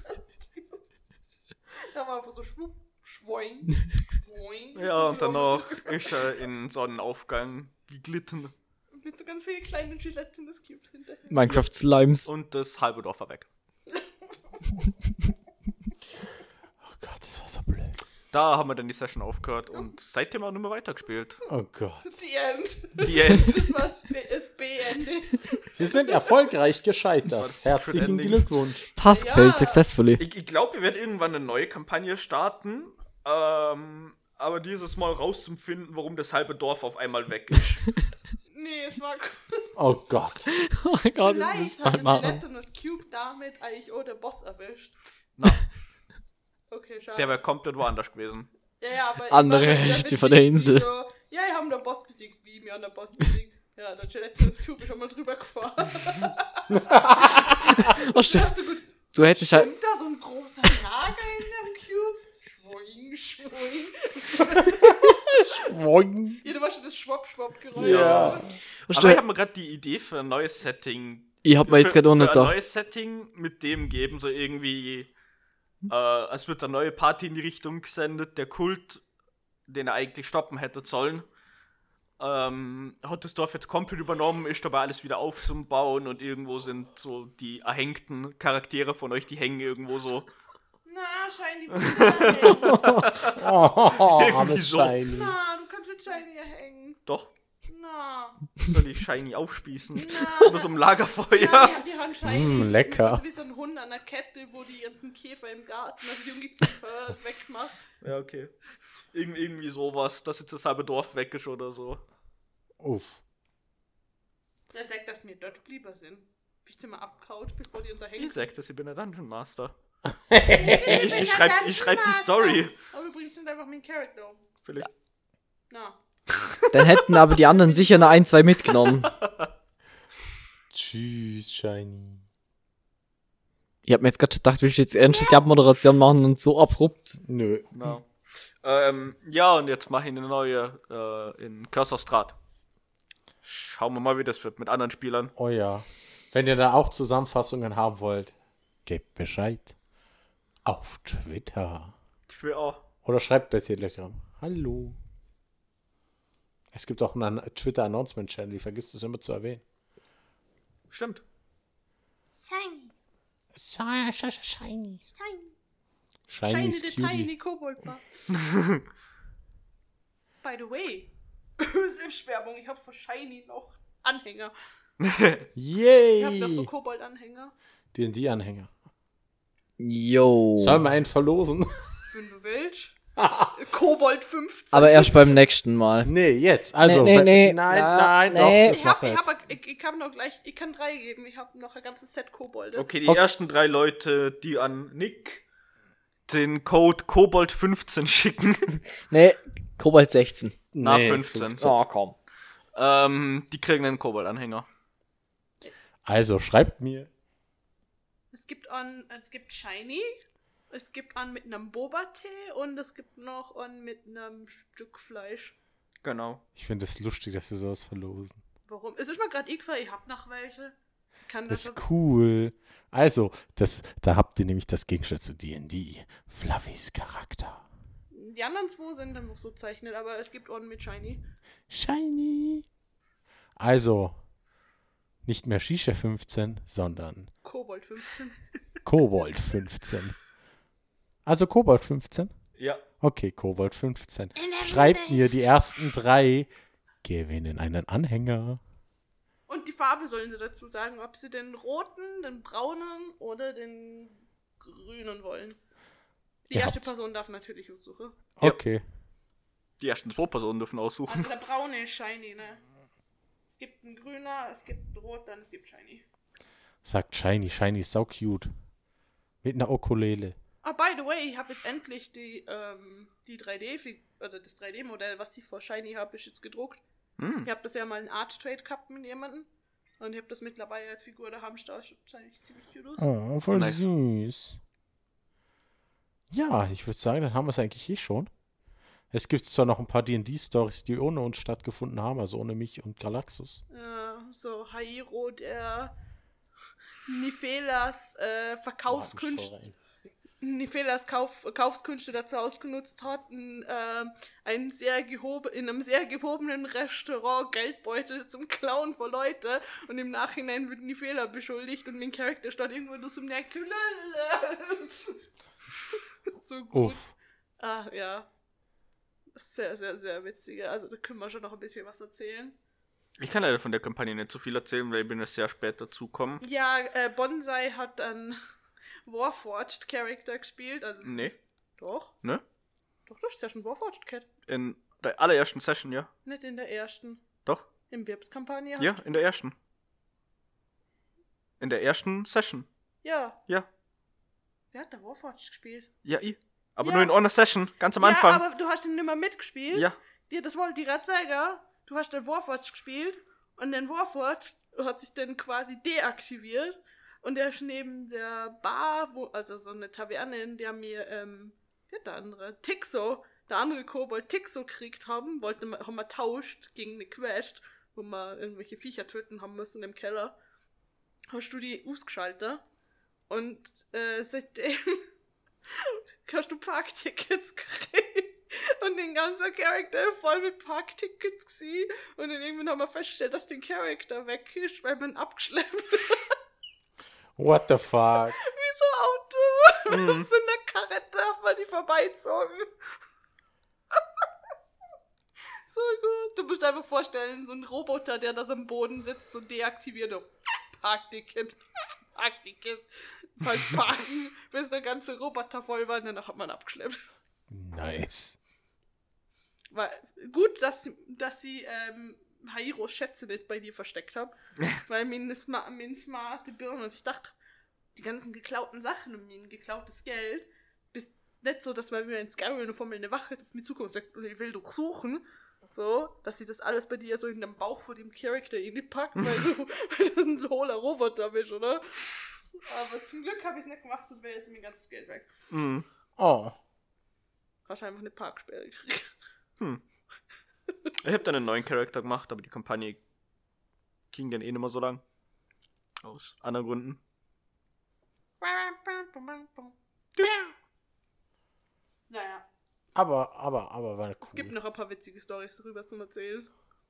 Da war einfach so schwupp, schwoing, schwoing. ja, und So. danach ist er in Sonnenaufgang geglitten Mit so ganz vielen kleinen Gelatinous Cubes hinterher. Minecraft Slimes. und das halbe Dorf war weg. Oh Gott, das war so blöd. Da haben wir dann die Session aufgehört und seitdem auch nicht mehr weitergespielt. Oh Gott. The End. Die End. Das war's, das B-Ende. Sie sind erfolgreich Das war gescheitert. das Secret Herzlichen Ending. Glückwunsch. Task Ja. failed successfully. Ich glaube, wir werden irgendwann eine neue Kampagne starten. Aber dieses Mal rauszufinden, warum das halbe Dorf auf einmal weg ist. Nee, es war Oh Gott. Oh mein Gott, das vielleicht müssen hat wir der machen. Gelatinous Cube damit eigentlich auch der Boss erwischt. Na, Okay, schade. der wäre komplett woanders gewesen. Ja, aber Andere ich war schon Hälfte wieder von der witzig, Insel. So, ja, wir haben den Boss besiegt. Wie, wir haben den Boss besiegt. Ja, der Gelatinous Cube ist schon mal drüber gefahren. Oh, stimmt. Ja, so gut. Du hättest halt. Stimmt da so ein großer Lager in dem Cube? Schwoing, schwoing. Moin. Ja, du warst schon das Schwopp-Schwopp-Geräusch. Ja. Oh, Aber ich habe stimmt. mir gerade die Idee für ein neues Setting. Ich hab mir jetzt gerade auch nicht ein gedacht. neues Setting mit dem geben, so irgendwie. Es wird eine neue Party in die Richtung gesendet. Der Kult, den er eigentlich stoppen hätte sollen, hat das Dorf jetzt komplett übernommen, ist dabei alles wieder aufzubauen und irgendwo sind so die erhängten Charaktere von euch, die hängen irgendwo so. Na, Shiny, wie Oh, Irgendwie armes so. Shiny. Na, du kannst mit Shiny hier hängen. Doch, Na, soll ich Shiny aufspießen? na. Über so einem Lagerfeuer. Ja, die haben Shiny. lecker. Das ist wie so ein Hund an der Kette, wo die ganzen Käfer im Garten, also die Ungeziefer wegmacht. Ja, okay. Irgendwie sowas, dass jetzt das halbe Dorf weg ist oder so. Uff. Er sagt, dass wir dort lieber sind. Hab ich sie mal abkaut, bevor die unser Ich hängen. sag das, ich bin der Dungeon Master. Ich ich schreib die Story. Aber wir bringen nicht einfach meinen Charakter um. Vielleicht. Na. Dann hätten aber die anderen sicher noch ein, zwei mitgenommen. Tschüss, Shiny. Ich hab mir jetzt gerade gedacht, willst du jetzt ernsthaft die Abmoderation machen und so abrupt? Nö. No. Ja, und jetzt mache ich eine neue in Curse of Strahd. Schauen wir mal, wie das wird mit anderen Spielern. Oh ja. Wenn ihr da auch Zusammenfassungen haben wollt, gebt Bescheid. Auf Twitter. Oder schreibt bei Telegram. Hallo. Es gibt auch einen Twitter-Announcement-Channel. Ich vergiss das immer zu erwähnen. Stimmt. Shiny. Shiny. Shiny. Shiny Shiny is the cutie. tiny Koboldbar. By the way. Selbstwerbung, ich hab für Shiny noch Anhänger. Ich hab noch so Yay! Kobold-Anhänger. D&D-Anhänger. Yo. Sollen wir einen verlosen? Wenn du willst. Kobold 15. Aber erst beim nächsten Mal. Nee, jetzt. Also, Nee. nein, Nee. doch, das Ich machen wir jetzt. hab noch gleich, ich kann 3 geben. Ich habe noch ein ganzes Set Kobolde. Okay, die Okay. ersten 3 Leute, die an Nick den Code Kobold15 schicken, Nee, Kobalt 16. nach Nee, 15, Oh, komm. die kriegen einen Kobold-Anhänger. Also, schreibt mir. Es gibt Shiny, es gibt einen mit einem Boba-Tee und es gibt noch einen mit einem Stück Fleisch. Genau. Ich finde es lustig, dass wir sowas verlosen. Warum? Es ist mal gerade ich hab noch welche. Kann Das das ist cool. Also, da habt ihr nämlich das Gegenstück zu D&D. Fluffys Charakter. Die anderen 2 sind einfach so zeichnet, aber es gibt einen mit Shiny. Shiny. Also, nicht mehr Shisha 15, sondern Kobold 15. Kobold 15. Also Kobold 15? Ja. Okay, Kobold 15. Schreibt mir, die ersten 3 gewinnen einen Anhänger. Und die Farbe sollen sie dazu sagen, ob sie den roten, den braunen oder den grünen wollen. Die Ihr erste habt's. Person darf natürlich aussuchen. Okay. Die ersten 2 Personen dürfen aussuchen. Also der braune ist shiny, ne? Es gibt einen grüner, es gibt einen roten, es gibt shiny. Sagt Shiny. Shiny ist sau cute. Mit einer Ukulele. Ah, by the way, ich habe jetzt endlich die 3D, also das 3D-Modell, was ich vor Shiny habe, ist jetzt gedruckt. Ich habe das ja mal in Art Trade gehabt mit jemandem. Und ich habe das mittlerweile als Figur der Hamster. Schaut eigentlich ziemlich cute aus. Oh, voll Nice. süß. Ja, ich würde sagen, dann haben wir es eigentlich schon. Es gibt zwar noch ein paar D&D-Stories, die ohne uns stattgefunden haben, also ohne mich und Galaxus. Ja, so Hairo, der Nifelas Verkaufskünste dazu ausgenutzt hat, in einem sehr gehobenen Restaurant Geldbeutel zum Klauen von Leute, und im Nachhinein wird Nifela beschuldigt und den Charakter steht irgendwo nur zum Necken. So gut. Uff. Ah, ja. Sehr, sehr, sehr witzige. Also da können wir schon noch ein bisschen was erzählen. Ich kann leider von der Kampagne nicht so viel erzählen, weil ich bin erst sehr spät dazugekommen. Ja, Bonsai hat dann Warforged Charakter gespielt. Also Nee. Doch. Ne? Doch, du hast ja schon Warforged Cat. In der allerersten Session, ja. Nicht in der ersten. Doch. Im Birbs-Kampagne. Ja, in der ersten. In der ersten Session. Ja. Ja. Wer hat da Warforged gespielt? Ja, ich. Aber Ja. nur in einer Session, ganz am Ja, Anfang. aber du hast den nicht mehr mitgespielt. Ja. Ja, das wollte ich gerade sagen. Du hast den Warforged gespielt und den Warforged hat sich dann quasi deaktiviert. Und der ist neben der Bar, also so eine Taverne, in der mir, wie hat der andere? Tixo, der andere Kobold Tixo gekriegt haben wir tauscht gegen eine Quest, wo wir irgendwelche Viecher töten haben müssen im Keller. Hast du die ausgeschaltet? Und seitdem hast du Parktickets gekriegt. Und den ganzen Charakter voll mit Parktickets gewesen. Und dann irgendwann haben wir festgestellt, dass der Charakter weg ist, weil man abgeschleppt hat. What the fuck? Wie so ein Auto. So eine Karette, haben wir die vorbeizogen. So gut. Du musst dir einfach vorstellen, so ein Roboter, der da so am Boden sitzt, so deaktiviert. Parkticket. Parkticket. Falls parken, bis der ganze Roboter voll war, und danach hat man abgeschleppt. Nice. War gut, dass sie Hairos Schätze nicht bei dir versteckt haben. Weil mir eine smarte Birne. Also ich dachte, die ganzen geklauten Sachen und mir ein geklautes Geld, bist nicht so, dass man wieder in Skyrim eine Formel eine Wache auf mich zukommt und sagt, ich will durchsuchen. So, dass sie das alles bei dir so in den Bauch von dem Charakter packt, weil du ein hohler Roboter bist, oder? Aber zum Glück habe ich es nicht gemacht, sonst wäre jetzt mein ganzes Geld weg. Mhm. Oh. Hast einfach eine Parksperre gekriegt. Ich habe dann einen neuen Charakter gemacht, aber die Kampagne ging dann eh nicht mehr so lang. Aus anderen Gründen. Naja, Aber war cool. es gibt noch ein paar witzige Storys darüber zum Erzählen.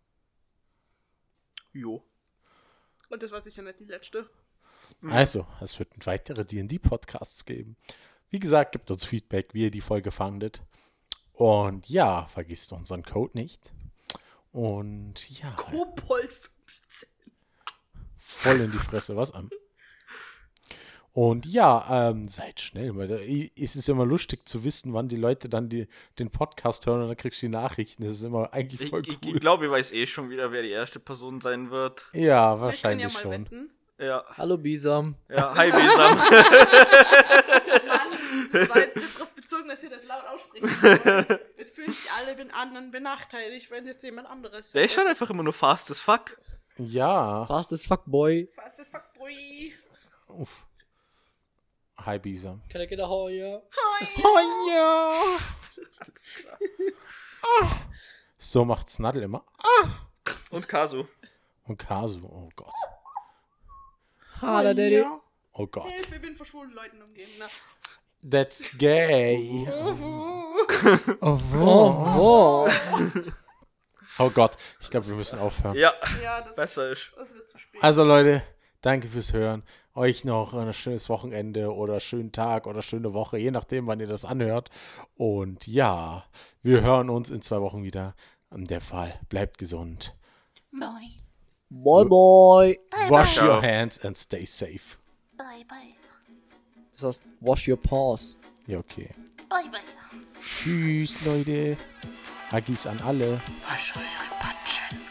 Jo. Und das war sicher nicht die letzte. Also, es wird weitere D&D-Podcasts geben. Wie gesagt, gebt uns Feedback, wie ihr die Folge fandet. Und ja, vergisst unseren Code nicht. Und ja, Kobold 15. voll in die Fresse, was an. Und ja, seid schnell. Weil es ist immer lustig zu wissen, wann die Leute dann den Podcast hören und dann kriegst du die Nachrichten. Das ist immer eigentlich voll Ich cool. glaube, ich weiß eh schon wieder, wer die erste Person sein wird. Ja, Wir können wahrscheinlich ja mal schon. wetten. Ja. Hallo Bisam. Ja, hi Besam. Mann, das war jetzt nicht darauf bezogen, dass ihr das laut aussprechen. Jetzt fühlen sich alle den anderen benachteiligt, wenn jetzt jemand anderes. Der ist halt einfach immer nur fast as fuck. Ja. Fast as fuck, boy. Fast as fuck, boy. Uff. Hi, Bisa. Can I get a heuer? Oh ja. Alles klar. So macht Snuddle immer. Und Kasu. Und Kasu, oh Gott. Hallo, Daddy. Oh Gott. Hilfe, ich bin vor schwulen Leuten umgeben. Na. That's gay. Oh. Oh Gott, ich glaube, wir müssen aufhören. Ja, Ja, das besser ist. wird zu spät. Also Leute, Danke fürs Hören. Euch noch ein schönes Wochenende oder schönen Tag oder schöne Woche, je nachdem, wann ihr das anhört. Und ja, wir hören uns in 2 Wochen wieder. In der Fall, bleibt gesund. Bye. Bye, bye. Wash bye. your hands and stay safe. Bye, bye. Das heißt, wash your paws. Ja, okay. Bye, bye. Tschüss, Leute. Hagis an alle. Wasch eure Patschen.